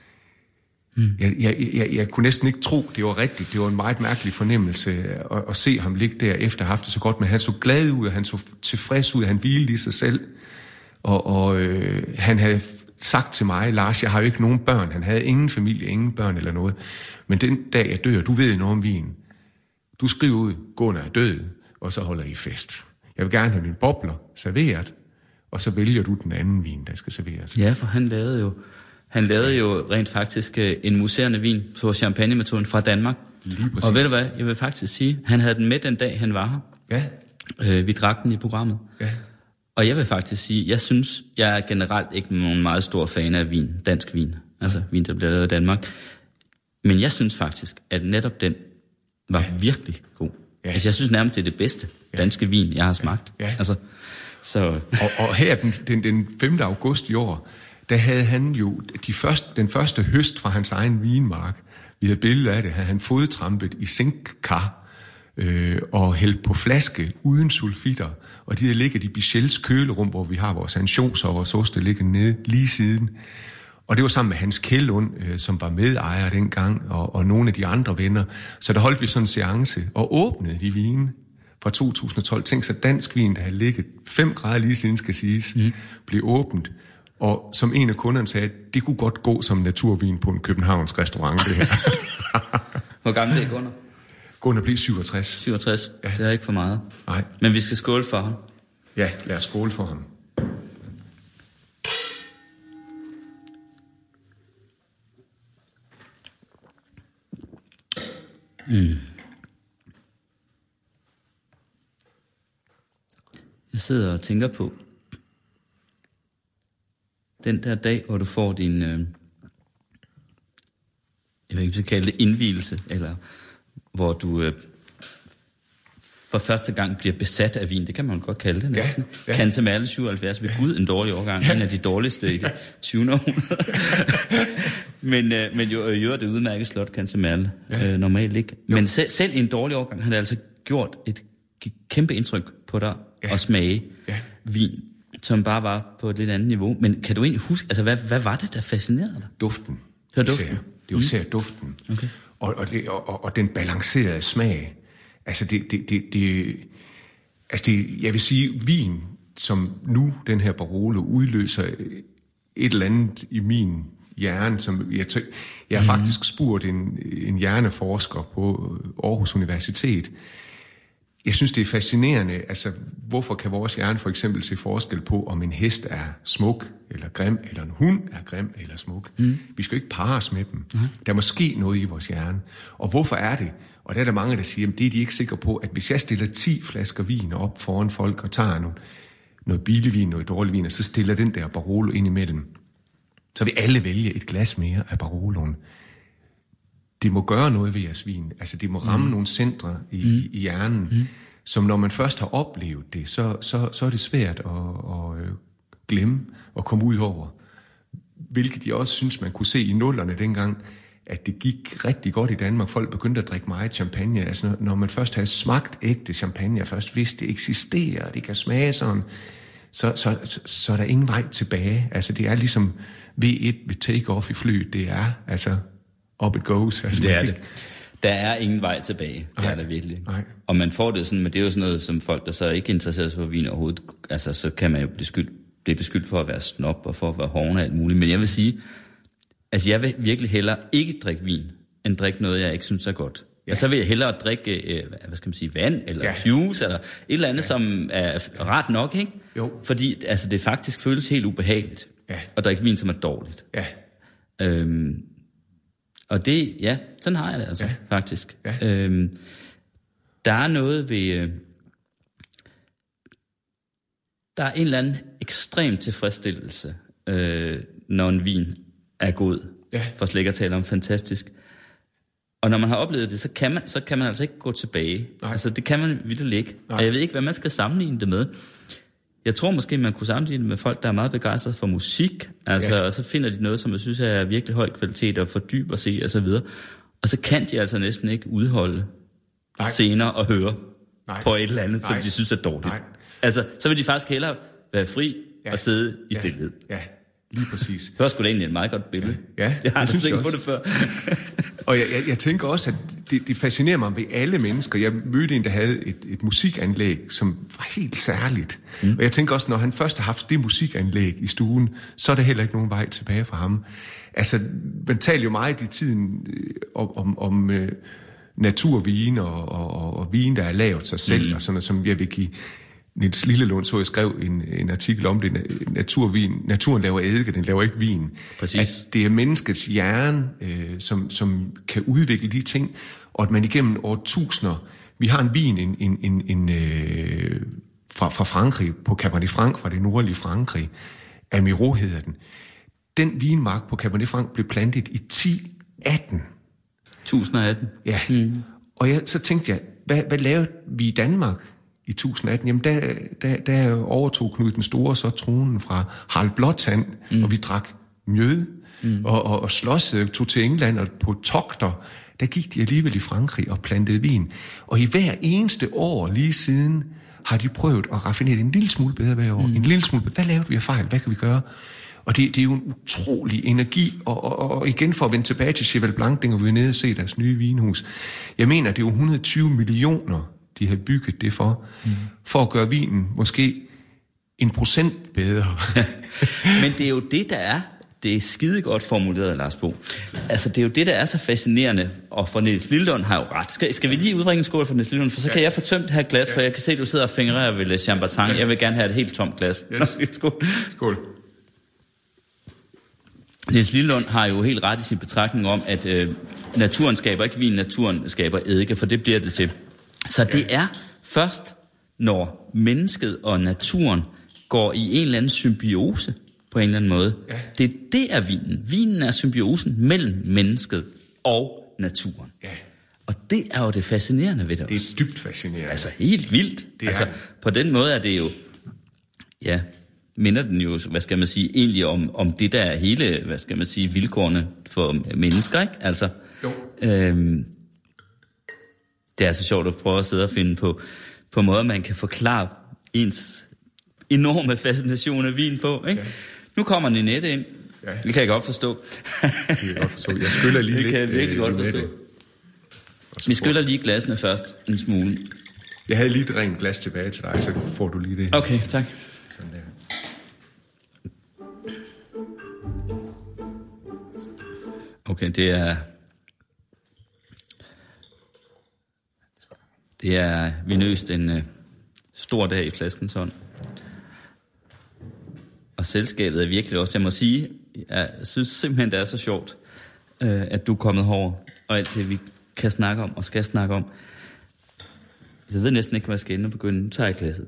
jeg kunne næsten ikke tro, det var rigtigt. Det var en meget mærkelig fornemmelse at se ham ligge der, efter at have haft det så godt, men han så glad ud, og han så tilfreds ud, han hvilede i sig selv, og han havde sagt til mig, Lars, jeg har jo ikke nogen børn, han havde ingen familie, ingen børn eller noget, men den dag jeg dør, du ved noget om vin, du skriver ud, Gunnar er død, og så holder I fest. Jeg vil gerne have mine bobler serveret, og så vælger du den anden vin, der skal serveres. Ja, for han lavede jo rent faktisk en muserende vin på champagne-metoden fra Danmark. Lige præcis. Og ved du hvad, jeg vil faktisk sige, han havde den med den dag, han var her. Ja. Vi drak den i programmet. Ja. Og jeg vil faktisk sige, jeg er generelt ikke nogen meget stor fan af vin, dansk vin. Altså vin, der bliver lavet i Danmark. Men jeg synes faktisk, at netop den var virkelig god. Ja. Altså jeg synes nærmest, det er det bedste danske vin, jeg har smagt. Ja. Altså, så... og her den 5. august i år, der havde han jo den første høst fra hans egen vinmark. Vi havde billeder af det, havde han fodtrampet i zinkkar og hældt på flaske uden sulfitter. Og de havde ligget i Bichels kølerum, hvor vi har vores ansjoser og vores ost, der ligger nede lige siden. Og det var sammen med Hans Kjellund, som var medejer dengang, og nogle af de andre venner. Så der holdt vi sådan en seance og åbnede de vine fra 2012. Tænk så dansk vin, der havde ligget 5 grader lige siden, skal siges, blev åbent. Og som en af kunderne sagde, det kunne godt gå som naturvin på en københavnsk restaurant, det her. Hvor gammel er Gunnar? Gunnar bliver 67. 67? Ja. Det er ikke for meget. Nej. Men vi skal skåle for ham. Ja, lad os skåle for ham. Jeg sidder og tænker på den der dag, hvor du får din, jeg ved ikke, vi skal kalde det indvielse, eller hvor du for første gang bliver besat af vin. Det kan man godt kalde det næsten. Ja. Cantamale 77 ved Gud, en dårlig årgang. En af de dårligste i det 20. århundrede. Men jo, det udmærket slot Cantemerle normalt ikke. Men selv i en dårlig årgang har det altså gjort et kæmpe indtryk på dig at smage vin, som bare var på et lidt andet niveau. Men kan du egentlig huske, altså hvad var det, der fascinerede dig? Duften. Det var duften? Det var især duften. Okay. Og den balancerede smag. Altså jeg vil sige, vin, som nu den her Barolo udløser et eller andet i min hjerne, som jeg har faktisk spurgt en hjerneforsker på Aarhus Universitet. Jeg synes, det er fascinerende, altså hvorfor kan vores hjerne for eksempel se forskel på, om en hest er smuk eller grim, eller en hund er grim eller smuk. Vi skal ikke parre os med dem. Der må ske noget i vores hjerne. Og hvorfor er det? Og der er der mange, der siger, at det er de ikke sikre på, at hvis jeg stiller 10 flasker vin op foran folk og tager noget billig vin, noget dårlig vin, og så stiller den der Barolo ind imellem, så vil alle vælge et glas mere af Baroloen. Det må gøre noget ved jeres vin. Altså det må ramme nogle centre i hjernen, som når man først har oplevet det, så er det svært at glemme og komme ud over. Hvilket jeg også synes, man kunne se i nullerne dengang, at det gik rigtig godt i Danmark. Folk begyndte at drikke meget champagne. Altså når man først havde smagt ægte champagne, og først vidste, det eksisterer, og det kan smage sådan, så er der ingen vej tilbage. Altså det er ligesom V1 ved take-off i flyet. Det er altså up it goes. Altså, det er det. Der er ingen vej tilbage. Det er der virkelig. Nej. Og man får det sådan, men det er jo sådan noget, som folk, der så ikke interesserer sig for vin overhovedet, altså så kan man jo blive beskyldt for at være snob og for at være hård og alt muligt. Men jeg vil sige, altså jeg vil virkelig hellere ikke drikke vin, end drikke noget, jeg ikke synes er godt. Ja. Og så vil jeg hellere drikke, vand eller juice, eller et eller andet, som er rart nok, ikke? Jo. Fordi altså, det faktisk føles helt ubehageligt at drikke vin, som er dårligt. Ja. Og det, sådan har jeg det altså, faktisk. Ja. Der er noget ved... der er en eller anden ekstrem tilfredsstillelse, når en vin er god. Ja. For slet ikke at tale om fantastisk. Og når man har oplevet det, så kan man altså ikke gå tilbage. Nej. Altså, det kan man virkelig ikke. Nej. Og jeg ved ikke, hvad man skal sammenligne det med. Jeg tror måske, man kunne sammenligne det med folk, der er meget begejstrede for musik. Altså, og så finder de noget, som jeg synes er virkelig høj kvalitet og fordyber sig og så videre. Og så kan de altså næsten ikke udholde scener og høre på et eller andet, som de synes er dårligt. Nej. Altså, så vil de faktisk hellere være fri og sidde i stilhed. Ja, lige præcis. Det var sgu da egentlig et meget godt billede. Ja, jeg har aldrig tænkt på det før. Og jeg tænker også, at det fascinerer mig ved alle mennesker. Jeg mødte en, der havde et musikanlæg, som var helt særligt. Og jeg tænker også, når han først har haft det musikanlæg i stuen, så er der heller ikke nogen vej tilbage fra ham. Altså, man taler jo meget i tiden om naturvin og vin, der er lavet sig selv, og sådan noget, som jeg vil give... Niels Lillelund, så jeg skrev en artikel om det, naturvin. Naturen laver eddike, den laver ikke vin. Præcis. At det er menneskets hjerne, som kan udvikle de ting, og at man igennem årtusinder, vi har en vin fra Frankrig, på Cabernet Franc, fra det nordlige Frankrig, Amiro hedder den. Den vinmark på Cabernet Franc blev plantet i 1018. 1018? Ja. Og så tænkte jeg, hvad lavede vi i Danmark i 1018? Jamen, der overtog Knud den Store så tronen fra Harald Blåtand, og vi drak mjød, og slåssede, tog til England, og på togter, der gik de alligevel i Frankrig og plantede vin. Og i hver eneste år lige siden har de prøvet at raffinere en lille smule bedre hver år. En lille smule bedre. Hvad lavede vi af fejl? Hvad kan vi gøre? Og det er jo en utrolig energi, og igen for at vende tilbage til Cheval Blanc, hvor vi er nede og se deres nye vinhus. Jeg mener, det er jo 120 millioner, de har bygget det for at gøre vinen måske 1% bedre. Men det er jo det, der er. Det er skide godt formuleret, Lars Bo. Altså, det er jo det, der er så fascinerende, og for Niels Lillelund har jo ret. Skal vi lige udbringe en skål for Niels Lillelund, for så kan jeg få tømt det her glas, for jeg kan se, at du sidder og fingrerer ved Le Chambertin. Jeg vil gerne have et helt tomt glas. Yes. Skål. Skål. Niels Lillelund har jo helt ret i sin betragtning om, at naturen skaber ikke vin, naturen skaber eddike, for det bliver det til. Så det er først, når mennesket og naturen går i en eller anden symbiose på en eller anden måde. Ja. Det er vinen. Vinen er symbiosen mellem mennesket og naturen. Ja. Og det er jo det fascinerende ved det også. Det er dybt fascinerende. Altså helt vildt. På den måde er det jo... Ja, minder den jo, hvad skal man sige, egentlig om det der hele, hvad skal man sige, vilkårene for mennesker, ikke? Altså, det er så sjovt at prøve at sidde og finde på måder, man kan forklare ens enorme fascination af vin på, ikke? Ja. Nu kommer Ninette ind. Ja. Det kan jeg godt forstå. Det kan jeg godt forstå. Jeg skyller lige det lidt. Det kan jeg virkelig godt forstå. Vi skyller lige glasene først en smule. Jeg havde lige et rent glas tilbage til dig, så får du lige det. Okay, tak. Sådan der. Okay, det er vinøst en stor dag i flaskens hånd. Og selskabet er virkelig også, jeg må sige, jeg synes simpelthen, det er så sjovt, at du er kommet herover, og alt det, vi kan snakke om og skal snakke om. Jeg ved næsten ikke, hvad jeg skal ende og begynde. Nu tager jeg glasset.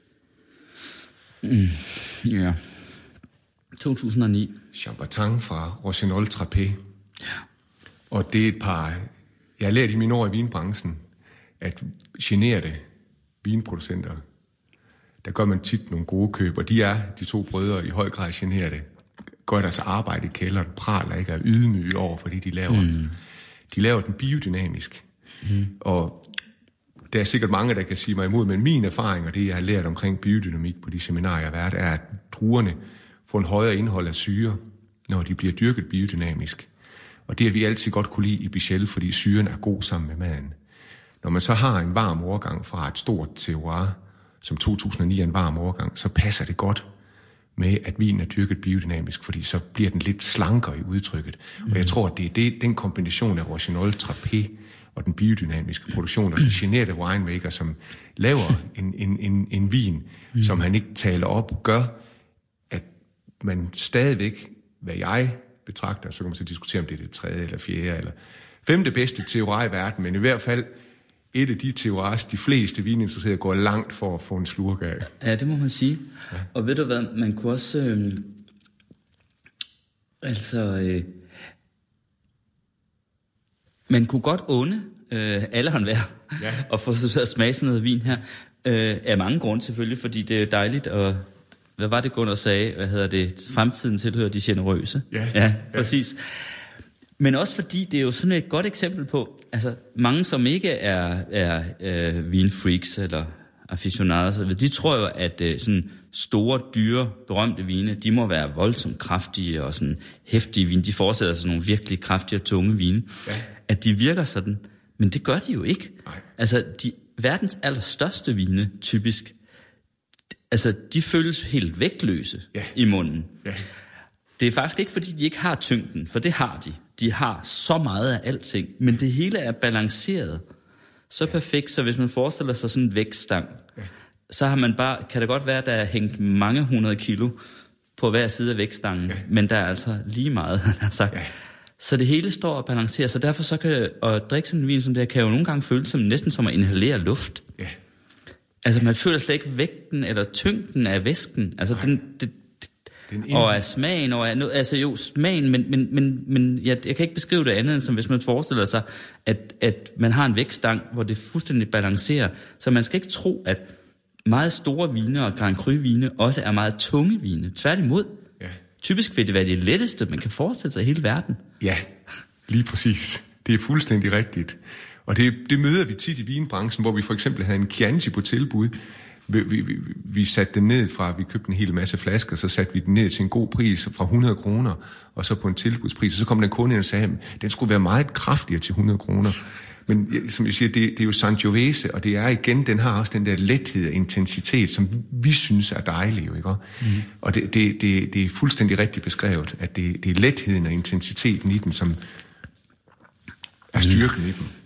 Ja. 2009. Chambertin fra Rossignol Trappé. Ja. Og det er et par... Jeg har lært i mine år i vinbranchen, at generede vinproducenter, der gør man tit nogle gode køb, og de to brødre, i høj grad generede, gør deres arbejde i kælderen, praler ikke, og ydmyge over, fordi de laver den biodynamisk. Og der er sikkert mange, der kan sige mig imod, men min erfaring, og det jeg har lært omkring biodynamik på de seminarer, jeg har været, er, at druerne får en højere indhold af syre, når de bliver dyrket biodynamisk. Og det har vi altid godt kunne lide i Bichel, fordi syren er god sammen med maden. Når man så har en varm årgang fra et stort terroir, som 2009 er en varm årgang, så passer det godt med, at vinen er dyrket biodynamisk, fordi så bliver den lidt slankere i udtrykket. Og jeg tror, at det er den kombination af Rossignol Trappé og den biodynamiske produktion, og den generede winemaker, som laver en vin, som han ikke taler op, gør, at man stadigvæk, hvad jeg betragter, så kan man så diskutere, om det er det 3. eller 4. eller 5. bedste terroir i verden, men i hvert fald et af de terroirs, de fleste vininteresserede går langt for at få en slurk af. Ja, det må man sige. Ja. Og ved du hvad, man kunne også... man kunne godt unde alle håndværk og få så at smage sådan noget vin her. Af mange grunde selvfølgelig, fordi det er dejligt, og hvad var det Gunnar sagde? Fremtiden tilhører de generøse. Ja, præcis. Men også fordi det er jo sådan et godt eksempel på, altså mange som ikke er vinfreaks eller aficionados, de tror jo, at sådan store, dyre, berømte vine, de må være voldsomt kraftige og sådan heftige vine. De forestiller sig sådan nogle virkelig kraftige og tunge vine. Ja. At de virker sådan, men det gør de jo ikke. Nej. Altså verdens allerstørste vine, typisk, altså de føles helt vægtløse i munden. Ja. Det er faktisk ikke, fordi de ikke har tyngden, for det har de. De har så meget af alting, men det hele er balanceret så perfekt, så hvis man forestiller sig sådan en vægtstang, så har man bare, kan det godt være, at der er hængt mange 100 kilo på hver side af vægtstangen, men der er altså lige meget, han har sagt. Ja. Så det hele står og balancerer, så derfor så kan at drikke sådan en vin som det her, kan jo nogle gange føles som, næsten som at inhalere luft. Ja. Altså man føler slet ikke vægten eller tyngden af væsken. Altså og af smagen, og af, altså jo smagen, men jeg kan ikke beskrive det andet, end som hvis man forestiller sig, at man har en vægtstang, hvor det fuldstændig balancerer. Så man skal ikke tro, at meget store vine og Grand Cru vine også er meget tunge vine. Tværtimod. Ja. Typisk vil det være det letteste, man kan forestille sig i hele verden. Ja, lige præcis. Det er fuldstændig rigtigt. Og det møder vi tit i vinbranchen, hvor vi for eksempel havde en Chianti på tilbud. Vi satte den ned fra, vi købte en hel masse flasker, så satte vi den ned til en god pris fra 100 kroner, og så på en tilbudspris, og så kom den kunde ind og sagde, at den skulle være meget kraftigere til 100 kroner. Men som jeg siger, det er jo Sangiovese, og det er igen, den har også den der lethed og intensitet, som vi synes er dejlig, jo, ikke? Og det er fuldstændig rigtigt beskrevet, at det er letheden og intensiteten i den, som er styrken i den.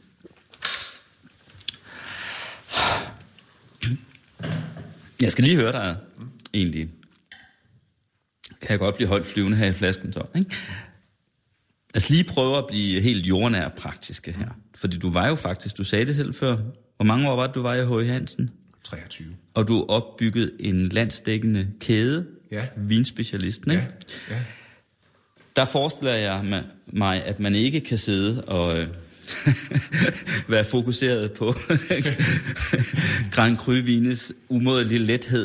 Jeg skal lige høre dig, egentlig. Kan jeg godt blive holdt flyvende her i flasken så, ikke? Altså lige prøve at blive helt jordnær praktiske her. Fordi du var jo faktisk, du sagde det selv før, hvor mange år var det, du var i H.I. Hansen? 23. Og du opbygget en landsdækkende kæde, vinspecialisten, ikke? Ja. Der forestiller jeg mig, at man ikke kan sidde og være fokuseret på Grand Cru vines umådelige lethed.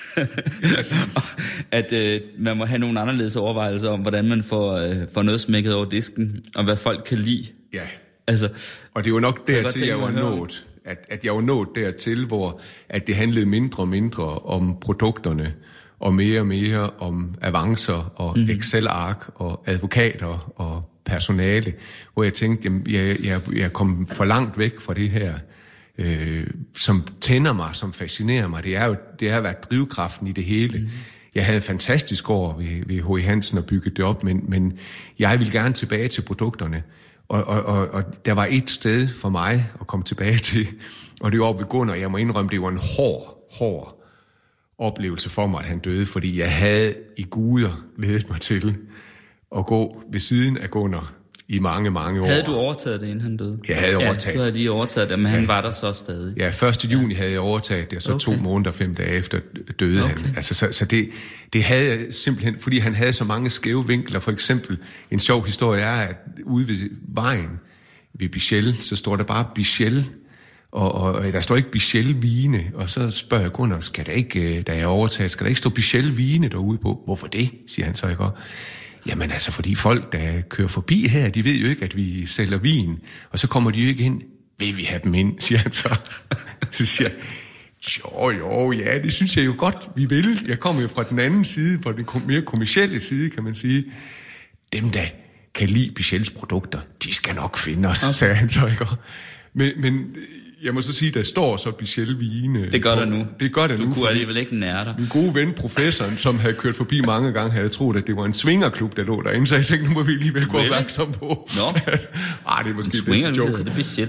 At man må have nogle anderledes overvejelser om, hvordan man får noget smækket over disken, og hvad folk kan lide. Ja, altså, og det var nok dertil, jeg var nået. At jeg var nået dertil, hvor at det handlede mindre og mindre om produkterne, og mere om avancer og Excel-ark og advokater og personale, hvor jeg tænkte, jamen, jeg kom for langt væk fra det her, som tænder mig, som fascinerer mig. Det har været drivkraften i det hele. Jeg havde en fantastisk år ved H.I. Hansen og bygget det op, men jeg ville gerne tilbage til produkterne. Og der var et sted for mig at komme tilbage til, og det var oppe ved Gunnar. Jeg må indrømme, det var en hård oplevelse for mig, at han døde, fordi jeg havde i guder glædet mig til at gå ved siden af Gunnar i mange år. Havde du overtaget det, inden han døde? Jeg havde overtaget. Du havde lige overtaget det, men han var der så stadig. Ja, 1. juni havde jeg overtaget det, og så 2 måneder, 5 dage efter døde han. Altså, så det havde jeg simpelthen, fordi han havde så mange skæve vinkler. For eksempel, en sjov historie er, at ude ved vejen ved Bichel, så står der bare Bichel, og der står ikke Bichel Vine, og så spørger jeg Gunnar, skal der ikke, da jeg overtaget, skal der ikke stå Bichel Vine derude på? Hvorfor det, siger han så ikke. Jamen altså, fordi folk, der kører forbi her, de ved jo ikke, at vi sælger vin, og så kommer de jo ikke ind. Vil vi have dem ind, siger han så. Så siger jeg, jo, ja, det synes jeg jo godt, vi vil. Jeg kommer jo fra den anden side, fra den mere kommercielle side, kan man sige. Dem, der kan lide Bichels produkter, de skal nok finde os, sagde han så ikke. Men jeg må så sige, der står så Bichel Vine. Det gør der nu. Det gør der nu. Du kunne alligevel ikke nære dig. Min gode ven, professoren, som havde kørt forbi mange gange, havde troet, at det var en swingerklub, der lå derinde. Så jeg tænkte, nu må vi alligevel gå opmærksom på. Nå. Det er måske en swingerklub, det er Bichel.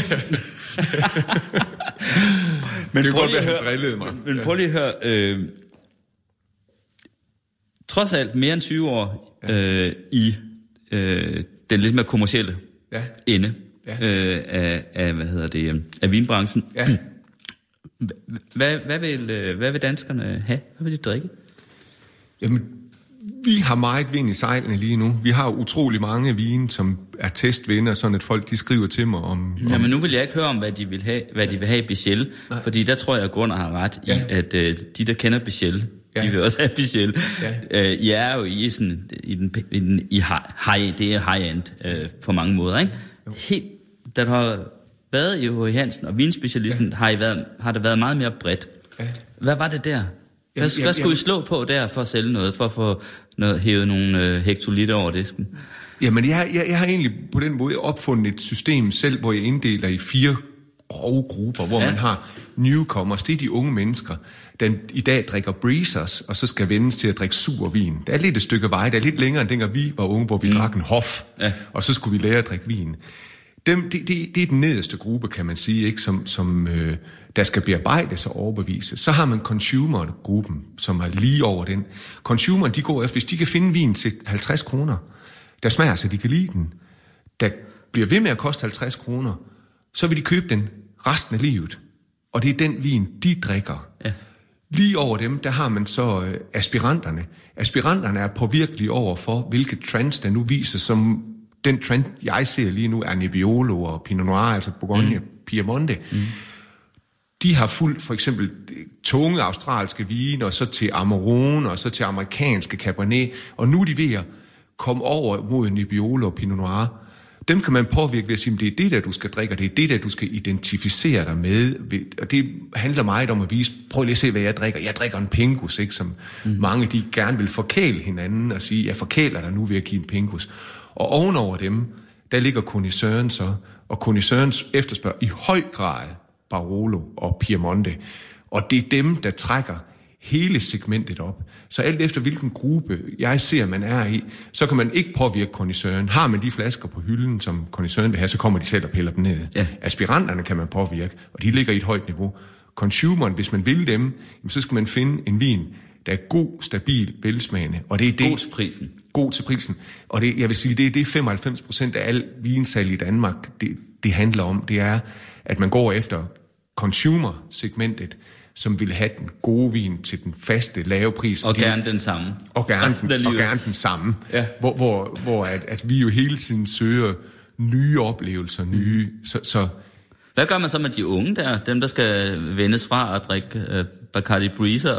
Men det kunne godt være, han drillede mig. Men prøv lige at høre. Trods alt mere end 20 år i den lidt mere kommercielle ende. Af vinbranchen. Ja. Hvad vil danskerne have? Hvad vil de drikke? Jamen, vi har meget vin i sejlene lige nu. Vi har utrolig mange vine, som er testvinder, sådan at folk de skriver til mig om... Ja, men nu vil jeg ikke høre om, hvad de vil have i Bichel. Fordi der tror jeg, at Gunnar har ret i, at de, der kender Bichel, de vil også have Bichel. Ja. I er jo i sådan det er high-end på mange måder, ikke? Helt, da du har været i H.I. Hansen og vinspecialisten, har det været meget mere bredt. Ja. Hvad var det der? Hvad skulle I slå på der for at sælge noget, for at få hævet nogle hektoliter over disken? Jamen, jeg har egentlig på den måde opfundet et system selv, hvor jeg inddeler i 4 grove grupper, hvor man har newcomers, det er de unge mennesker, der i dag drikker breezers, og så skal vendes til at drikke sur vin. Der er lidt et stykke vej, der er lidt længere end dengang vi var unge, hvor vi drak en hof, og så skulle vi lære at drikke vin. Det er den nederste gruppe, kan man sige, ikke, som der skal bearbejdes og overbevises. Så har man consumer-gruppen, som er lige over den. Consumeren, de går efter, hvis de kan finde vin til 50 kroner, der smager så de kan lide den, der bliver ved med at koste 50 kroner, så vil de købe den resten af livet. Og det er den vin, de drikker. Ja. Lige over dem, der har man så aspiranterne. Aspiranterne er påvirkelige over for, hvilke trends, der nu viser, som den trend, jeg ser lige nu, er Nebbiolo og Pinot Noir, altså Bourgogne, Piemonte. De har fulgt for eksempel tunge australske vine, og så til Amarone, og så til amerikanske Cabernet, og nu er de ved at komme over mod Nebbiolo og Pinot Noir. Dem kan man påvirke ved at sige, det er det der, du skal drikke, og det er det der, du skal identificere dig med. Og det handler meget om at vise, prøv lige at se, hvad jeg drikker. Jeg drikker en Pingus, ikke, som mange de gerne vil forkæle hinanden og sige, jeg forkæler dig nu ved at give en Pingus. Og ovenover dem, der ligger connoisseuren så, og connoisseuren efterspørger i høj grad Barolo og Piemonte. Og det er dem, der trækker hele segmentet op. Så alt efter hvilken gruppe jeg ser, man er i, så kan man ikke påvirke connoisseuren. Har man de flasker på hylden, som connoisseuren vil have, så kommer de selv og piller dem ned. Ja. Aspiranterne kan man påvirke, og de ligger i et højt niveau. Consumeren, hvis man vil dem, så skal man finde en vin, der er god, stabil, velsmagende. Og det er det. God til prisen. God til prisen. Og det, jeg vil sige, det er 95% af al vinsalg i Danmark, det handler om. Det er, at man går efter consumer-segmentet, som vil have den gode vin til den faste, lave pris. Og gerne den samme. Og gerne den samme. Ja. Hvor at vi jo hele tiden søger nye oplevelser, nye... Så hvad gør man så med de unge der? Dem, der skal vendes fra at drikke Bacardi Breezer og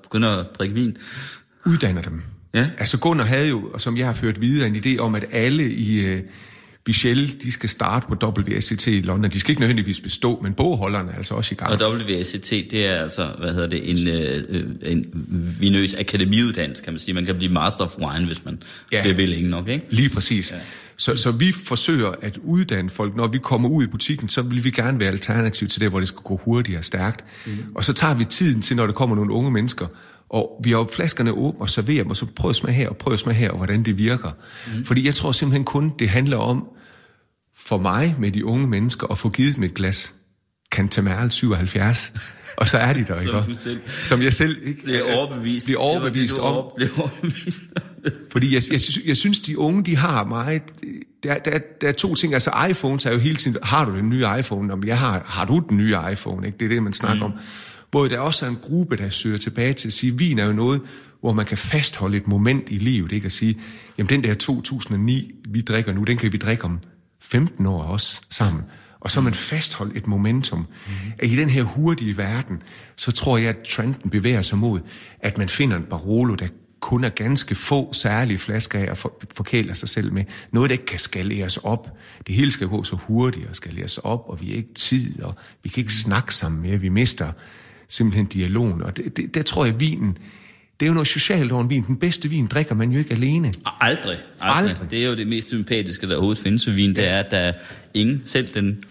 begynder at drikke vin? Uddanner dem. Ja. Altså Gunnar havde jo, og som jeg har ført videre, en idé om, at alle i Bichel, de skal starte på WSET i London. De skal ikke nødvendigvis bestå, men bogholderne er altså også i gang. Og WSET, det er altså, en vinøs akademiuddannelse, kan man sige. Man kan blive Master of Wine, hvis man vil længe nok, ikke? Lige præcis. Ja. Så vi forsøger at uddanne folk. Når vi kommer ud i butikken, så vil vi gerne være alternativ til det, hvor det skal gå hurtigt og stærkt. Og så tager vi tiden til, når der kommer nogle unge mennesker, og vi har jo flaskerne åbne og serverer dem, og så prøv at smage her, og hvordan det virker. Fordi jeg tror simpelthen kun, det handler om, for mig med de unge mennesker, at få givet dem et glas Cantamerle 77, og så er de der, ikke? Som jeg selv ikke bliver overbevist om. Fordi jeg synes, de unge, de har meget. Der er to ting. Altså iPhones er jo hele tiden, har du den nye iPhone? Om jeg har du den nye iPhone? Ikke? Det er det, man snakker om. Hvor der også er en gruppe, der søger tilbage til at sige, vin er jo noget, hvor man kan fastholde et moment i livet, ikke? At sige, jamen den der 2009, vi drikker nu, den kan vi drikke om 15 år også sammen. Og så man fastholdt et momentum. I den her hurtige verden, så tror jeg, at trenden bevæger sig mod, at man finder en Barolo, der kun er ganske få særlige flasker af og forkæler sig selv med. Noget, der ikke kan skaleres op. Det hele skal gå så hurtigt og skaleres op, og vi har ikke tid, og vi kan ikke snakke sammen mere. Vi mister simpelthen dialogen. Og der tror jeg, vinen, det er jo noget socialt over en vin. Den bedste vin drikker man jo ikke alene. Aldrig. Det er jo det mest sympatiske, der overhovedet findes ved vin. Det er, at der er ingen, selv den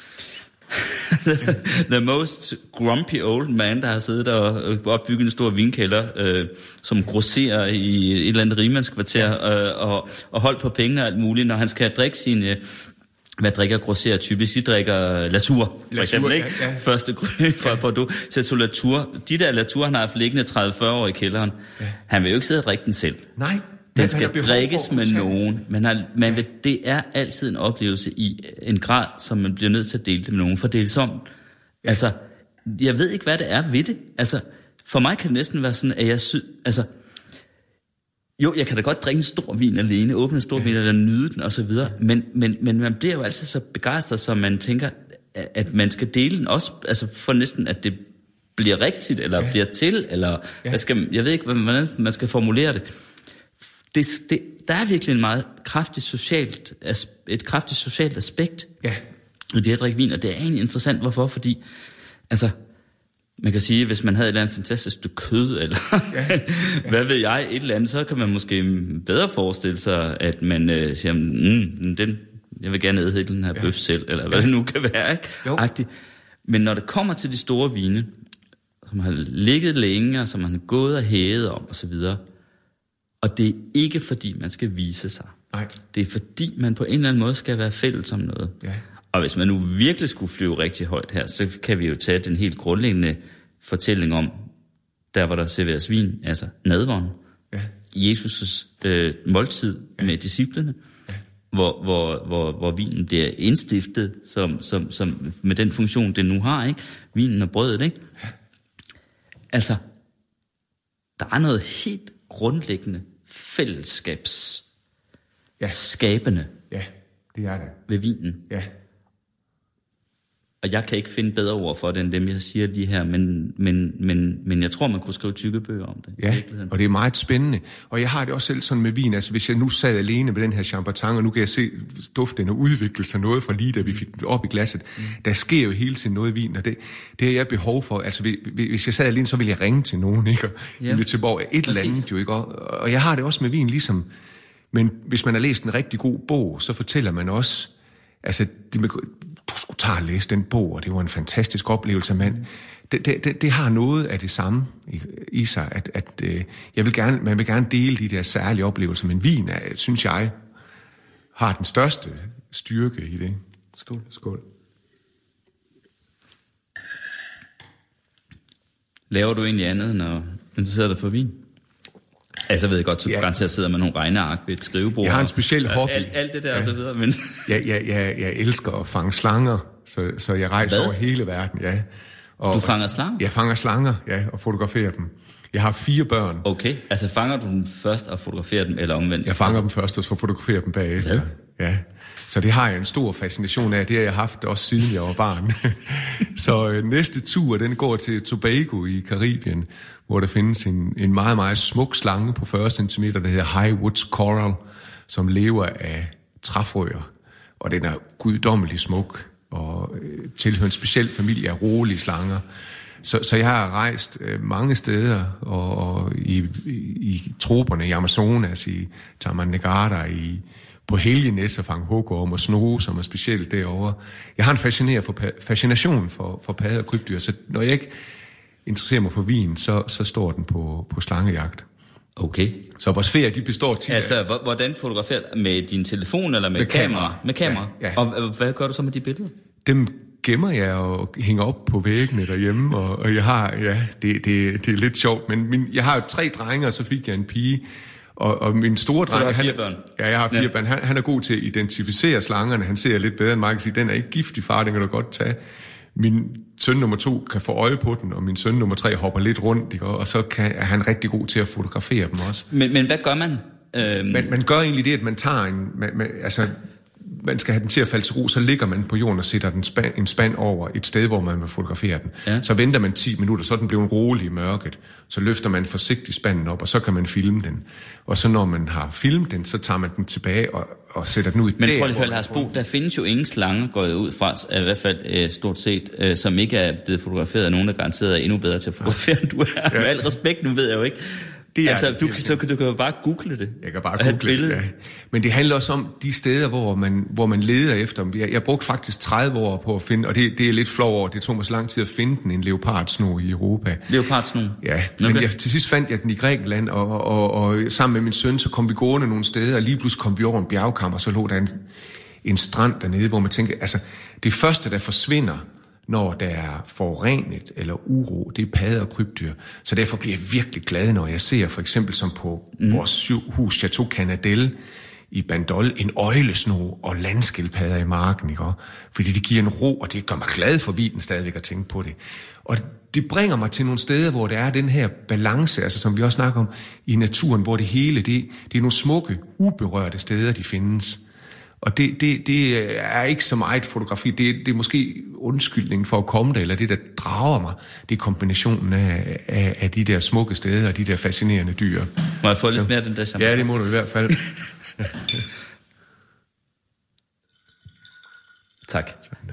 the most grumpy old man, der har siddet og opbygget en stor vinkælder, som grosserer i et eller andet rigmandskvarter, og holdt på pengene og alt muligt, når han skal drikke sine. Hvad drikker grosserer typisk? De drikker Latour, for eksempel, ikke? Ja. Første grøn fra Bordeaux. Så Latour, de der Latour, han har haft liggende 30-40 år i kælderen. Ja. Han vil jo ikke sidde og drikke den selv. Nej. Den skal drikkes med nogen. Det er altid en oplevelse i en grad, som man bliver nødt til at dele det med nogen. For det er sådan, altså, jeg ved ikke, hvad det er ved det. Altså, for mig kan det næsten være sådan, at jo, jeg kan da godt drikke en stor vin alene, åbne en stor vin eller nyde den osv., men man bliver jo altid så begejstret, så man tænker, at man skal dele den også, altså for næsten, at det bliver rigtigt, eller bliver til, eller jeg ved ikke, hvordan man skal formulere det. Der er virkelig en meget et kraftigt socialt aspekt i det at drikke vin, og det er egentlig interessant, hvorfor, fordi, altså, man kan sige, hvis man havde et eller andet fantastisk stykke kød, eller hvad ved jeg, et eller andet, så kan man måske bedre forestille sig, at man siger, jeg vil gerne æde den her bøf selv, eller hvad det nu kan være, ikke? Men når det kommer til de store vine, som har ligget længe, og som man har gået og hævet om, og så videre, og det er ikke fordi, man skal vise sig. Nej. Det er fordi, man på en eller anden måde skal være fælles om noget. Ja. Og hvis man nu virkelig skulle flyve rigtig højt her, så kan vi jo tage den helt grundlæggende fortælling om, der hvor der serveres vin, altså nadveren. Ja. Jesus' måltid med disciplene, hvor vinen bliver indstiftet som med den funktion, den nu har, ikke? Vinen og brødet, ikke? Ja. Altså, der er noget helt grundlæggende fællesskabsskabende det er det. ved vinen. Ja. Og jeg kan ikke finde bedre ord for det, end dem, jeg siger de her, men jeg tror, man kunne skrive tykke bøger om det. Ja, og det er meget spændende. Og jeg har det også selv sådan med vin, altså hvis jeg nu sad alene med den her champagne, og nu kan jeg se duften og udvikle sig noget fra lige da vi fik op i glasset, der sker jo hele tiden noget i vin, og det har jeg behov for. Altså hvis jeg sad alene, så ville jeg ringe til nogen, ikke? Og til borg et eller andet, jo ikke? Og jeg har det også med vin ligesom, men hvis man har læst en rigtig god bog, så fortæller man også, altså du skulle tage og læse den bog, og det var en fantastisk oplevelse, men det har noget af det samme i sig, at man vil gerne dele de der særlige oplevelser, men vin, synes jeg, har den største styrke i det. Skål. Skål. Laver du egentlig andet, når interesserer dig for vin? Altså, ved jeg godt, du garanteret sidder med nogle regneark ved et skrivebord. Jeg har en speciel hobby. Alt det der og så videre, men... Jeg elsker at fange slanger, så jeg rejser over hele verden, Og, du fanger slanger? Jeg fanger slanger, og fotograferer dem. Jeg har 4 børn. Okay, altså fanger du dem først og fotograferer dem, eller omvendt? Jeg fanger dem først og så fotograferer dem bagefter. Hvad? Ja, så det har jeg en stor fascination af. Det har jeg haft også siden jeg var barn. Så næste tur, den går til Tobago i Karibien, hvor der findes en meget, meget smuk slange på 40 cm, der hedder High Woods Coral, som lever af træfrøer. Og den er guddommelig smuk og tilhører en speciel familie af rolige slanger. Så jeg har rejst mange steder og i troperne, i Amazonas, i Tamandegara, på Helgenæs og fanghugorm og snoge, som er specielt derovre. Jeg har en fascination for padder og krybdyr, så når jeg ikke interesserer mig for vin, så står den på slangejagt. Okay. Så vores ferie, de består tit af... Altså, hvordan fotograferer du? Med din telefon eller med kamera? Med kamera? Ja. Og hvad gør du så med de billeder? Dem gemmer jeg og hænger op på væggene derhjemme, og jeg har, det er lidt sjovt, men jeg har jo 3 drenge, og så fik jeg en pige, og min store dreng... Så du har 4 børn? Ja, jeg har 4 børn. Han er god til at identificere slangerne, han ser lidt bedre end mig, kan sige, den er ikke giftig, far, den kan du godt tage. Min søn nummer 2 kan få øje på den, og min søn nummer 3 hopper lidt rundt, ikke? Og så er han rigtig god til at fotografere dem også. Men hvad gør man? Man gør egentlig det, at man tager man skal have den til at falde til ro, så ligger man på jorden og sætter en spand over et sted, hvor man vil fotografere den. Ja. Så venter man 10 minutter, så er den blevet rolig i mørket. Så løfter man forsigtigt spanden op, og så kan man filme den. Og så når man har filmet den, så tager man den tilbage og sætter den ud. Men prøv lige at høre, Lars Bo, der findes jo ingen slanger, går jeg ud fra, i hvert fald stort set, som ikke er blevet fotograferet af nogen, der garanteret er endnu bedre til at fotografere, end du er. Ja. Med al respekt, nu ved jeg jo ikke. Du kan jo bare google det. Jeg kan bare google det, ja. Men det handler også om de steder, hvor man leder efter dem. Jeg brugte faktisk 30 år på at finde, og det er lidt flov over, det tog mig så lang tid at finde den, en leopardsno i Europa. Leopardsno? Ja, men til sidst fandt jeg den i Grækenland, og sammen med min søn, så kom vi gående nogle steder, og lige pludselig kom vi over en bjergkam, og så lå der en strand dernede, hvor man tænker, altså det første, der forsvinder, når der er forurenet eller uro, det er padder og krybdyr. Så derfor bliver jeg virkelig glad, når jeg ser for eksempel som på vores hus Chateau Canadelle i Bandol, en øglesno og landskildpadder i marken, ikke? Fordi det giver en ro, og det gør mig glad for viden stadigvæk at tænke på det. Og det bringer mig til nogle steder, hvor der er den her balance, altså som vi også snakker om i naturen, hvor det hele, det er nogle smukke, uberørte steder, de findes. Og det er ikke så meget fotografi, det er måske undskyldning for at komme der, eller det, der drager mig, det er kombinationen af de der smukke steder og de der fascinerende dyr. Må jeg få lidt mere af den der champagne? Ja, det må du i hvert fald. Tak.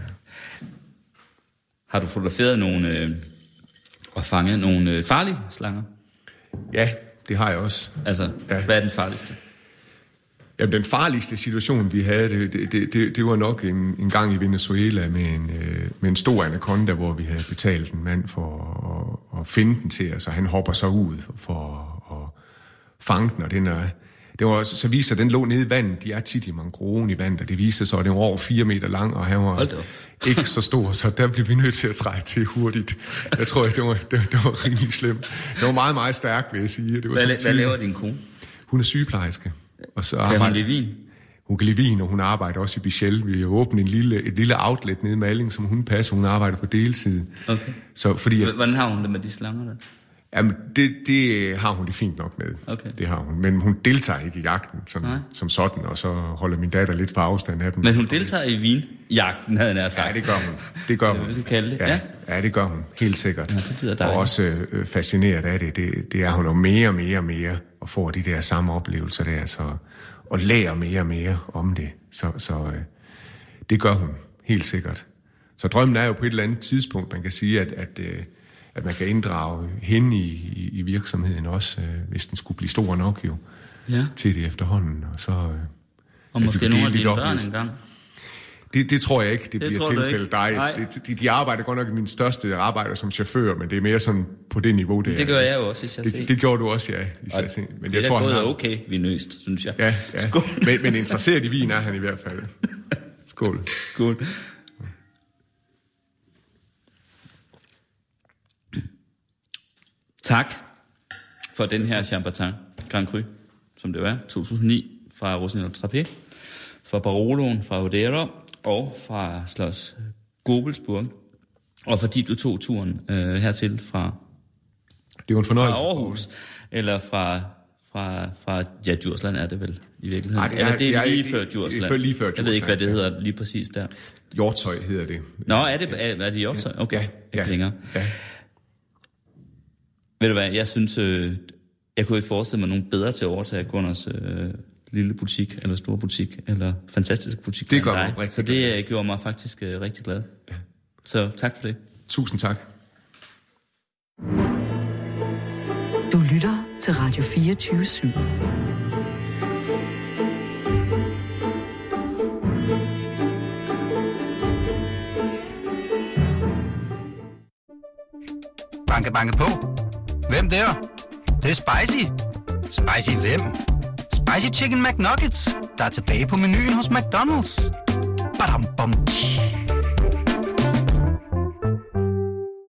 Har du fotograferet nogle og fanget nogle farlige slanger? Ja, det har jeg også. Altså, hvad er den farligste? Jamen, den farligste situation, vi havde, det var nok en gang i Venezuela med en stor anaconda, hvor vi havde betalt en mand for at finde den til os, og han hopper så ud for at fange den, og det var så viser, at den lå nede i vandet. De er tit i mangroven i vandet, og det viste sig, at den var over 4 meter lang, og han var ikke så stor, så der blev vi nødt til at trække til hurtigt. Jeg tror, det var rimelig slemt. Det var meget, meget stærkt, vil jeg sige. Det var hvad laver din kone? Hun er sygeplejerske. Og så kan hun lide vin? Hun kan lide vin, og hun arbejder også i Bichel. Vi har åbnet et lille outlet nede i Malling, som hun passer. Hun arbejder på deltid. Okay. Så fordi hvordan har hun det med de slanger der? Jamen, det har hun det fint nok med. Okay. Det har hun. Men hun deltager ikke i jagten som sådan, og så holder min datter lidt på afstand af dem. Men hun deltager i vinjagten, havde jeg sagt. Ja, det gør hun. Det gør hun. Hvad skal kalde det? Ja, det gør hun. Helt sikkert. Ja, det og også fascineret af det. Det er hun jo mere og får de der samme oplevelser der, så, og lærer mere og mere om det. Så det gør hun. Helt sikkert. Så drømmen er jo på et eller andet tidspunkt, man kan sige, at man kan inddrage hende i virksomheden også, hvis den skulle blive stor nok jo, til det efterhånden. Og måske nogle af dine børn engang? Det tror jeg ikke, det bliver tilfældet. De arbejder godt nok i min største arbejder som chauffør, men det er mere sådan på det niveau, det er. Det gør jeg jo også, hvis jeg ser. Det gjorde du også, ja. Men det er gået okay vinøst, synes jeg. Ja. men interesseret i vin er han i hvert fald. Skål. Skål. Tak for den her Chambertin Grand Cru, som det er, 2009, fra Rossignol Trappé, fra Baroloen, fra Odera og fra Schloss Gobelsburg. Og fordi du tog turen hertil fra, det var en fornøjelse. Fra Aarhus, eller fra fra Djursland er det vel i virkeligheden? Nej, eller det er lige før Djursland? Lige før Djursland. Jeg ved ikke, hvad det hedder lige præcis der. Hjortshøj hedder det. Nå, er det Hjortshøj? Okay, ja. Klinger. Ja. Ved du hvad, jeg synes, jeg kunne ikke forestille mig nogen bedre til at overtage Gunners lille butik, eller store butik, eller fantastiske butik. Det gør mig rigtig så det gjorde mig faktisk rigtig glad. Ja. Så tak for det. Tusind tak. Du lytter til Radio 24/7. Banke, banke på. Hvem der? Det er spicy. Spicy hvem? Spicy Chicken McNuggets, der er tilbage på menuen hos McDonald's. Badum, bom, tji.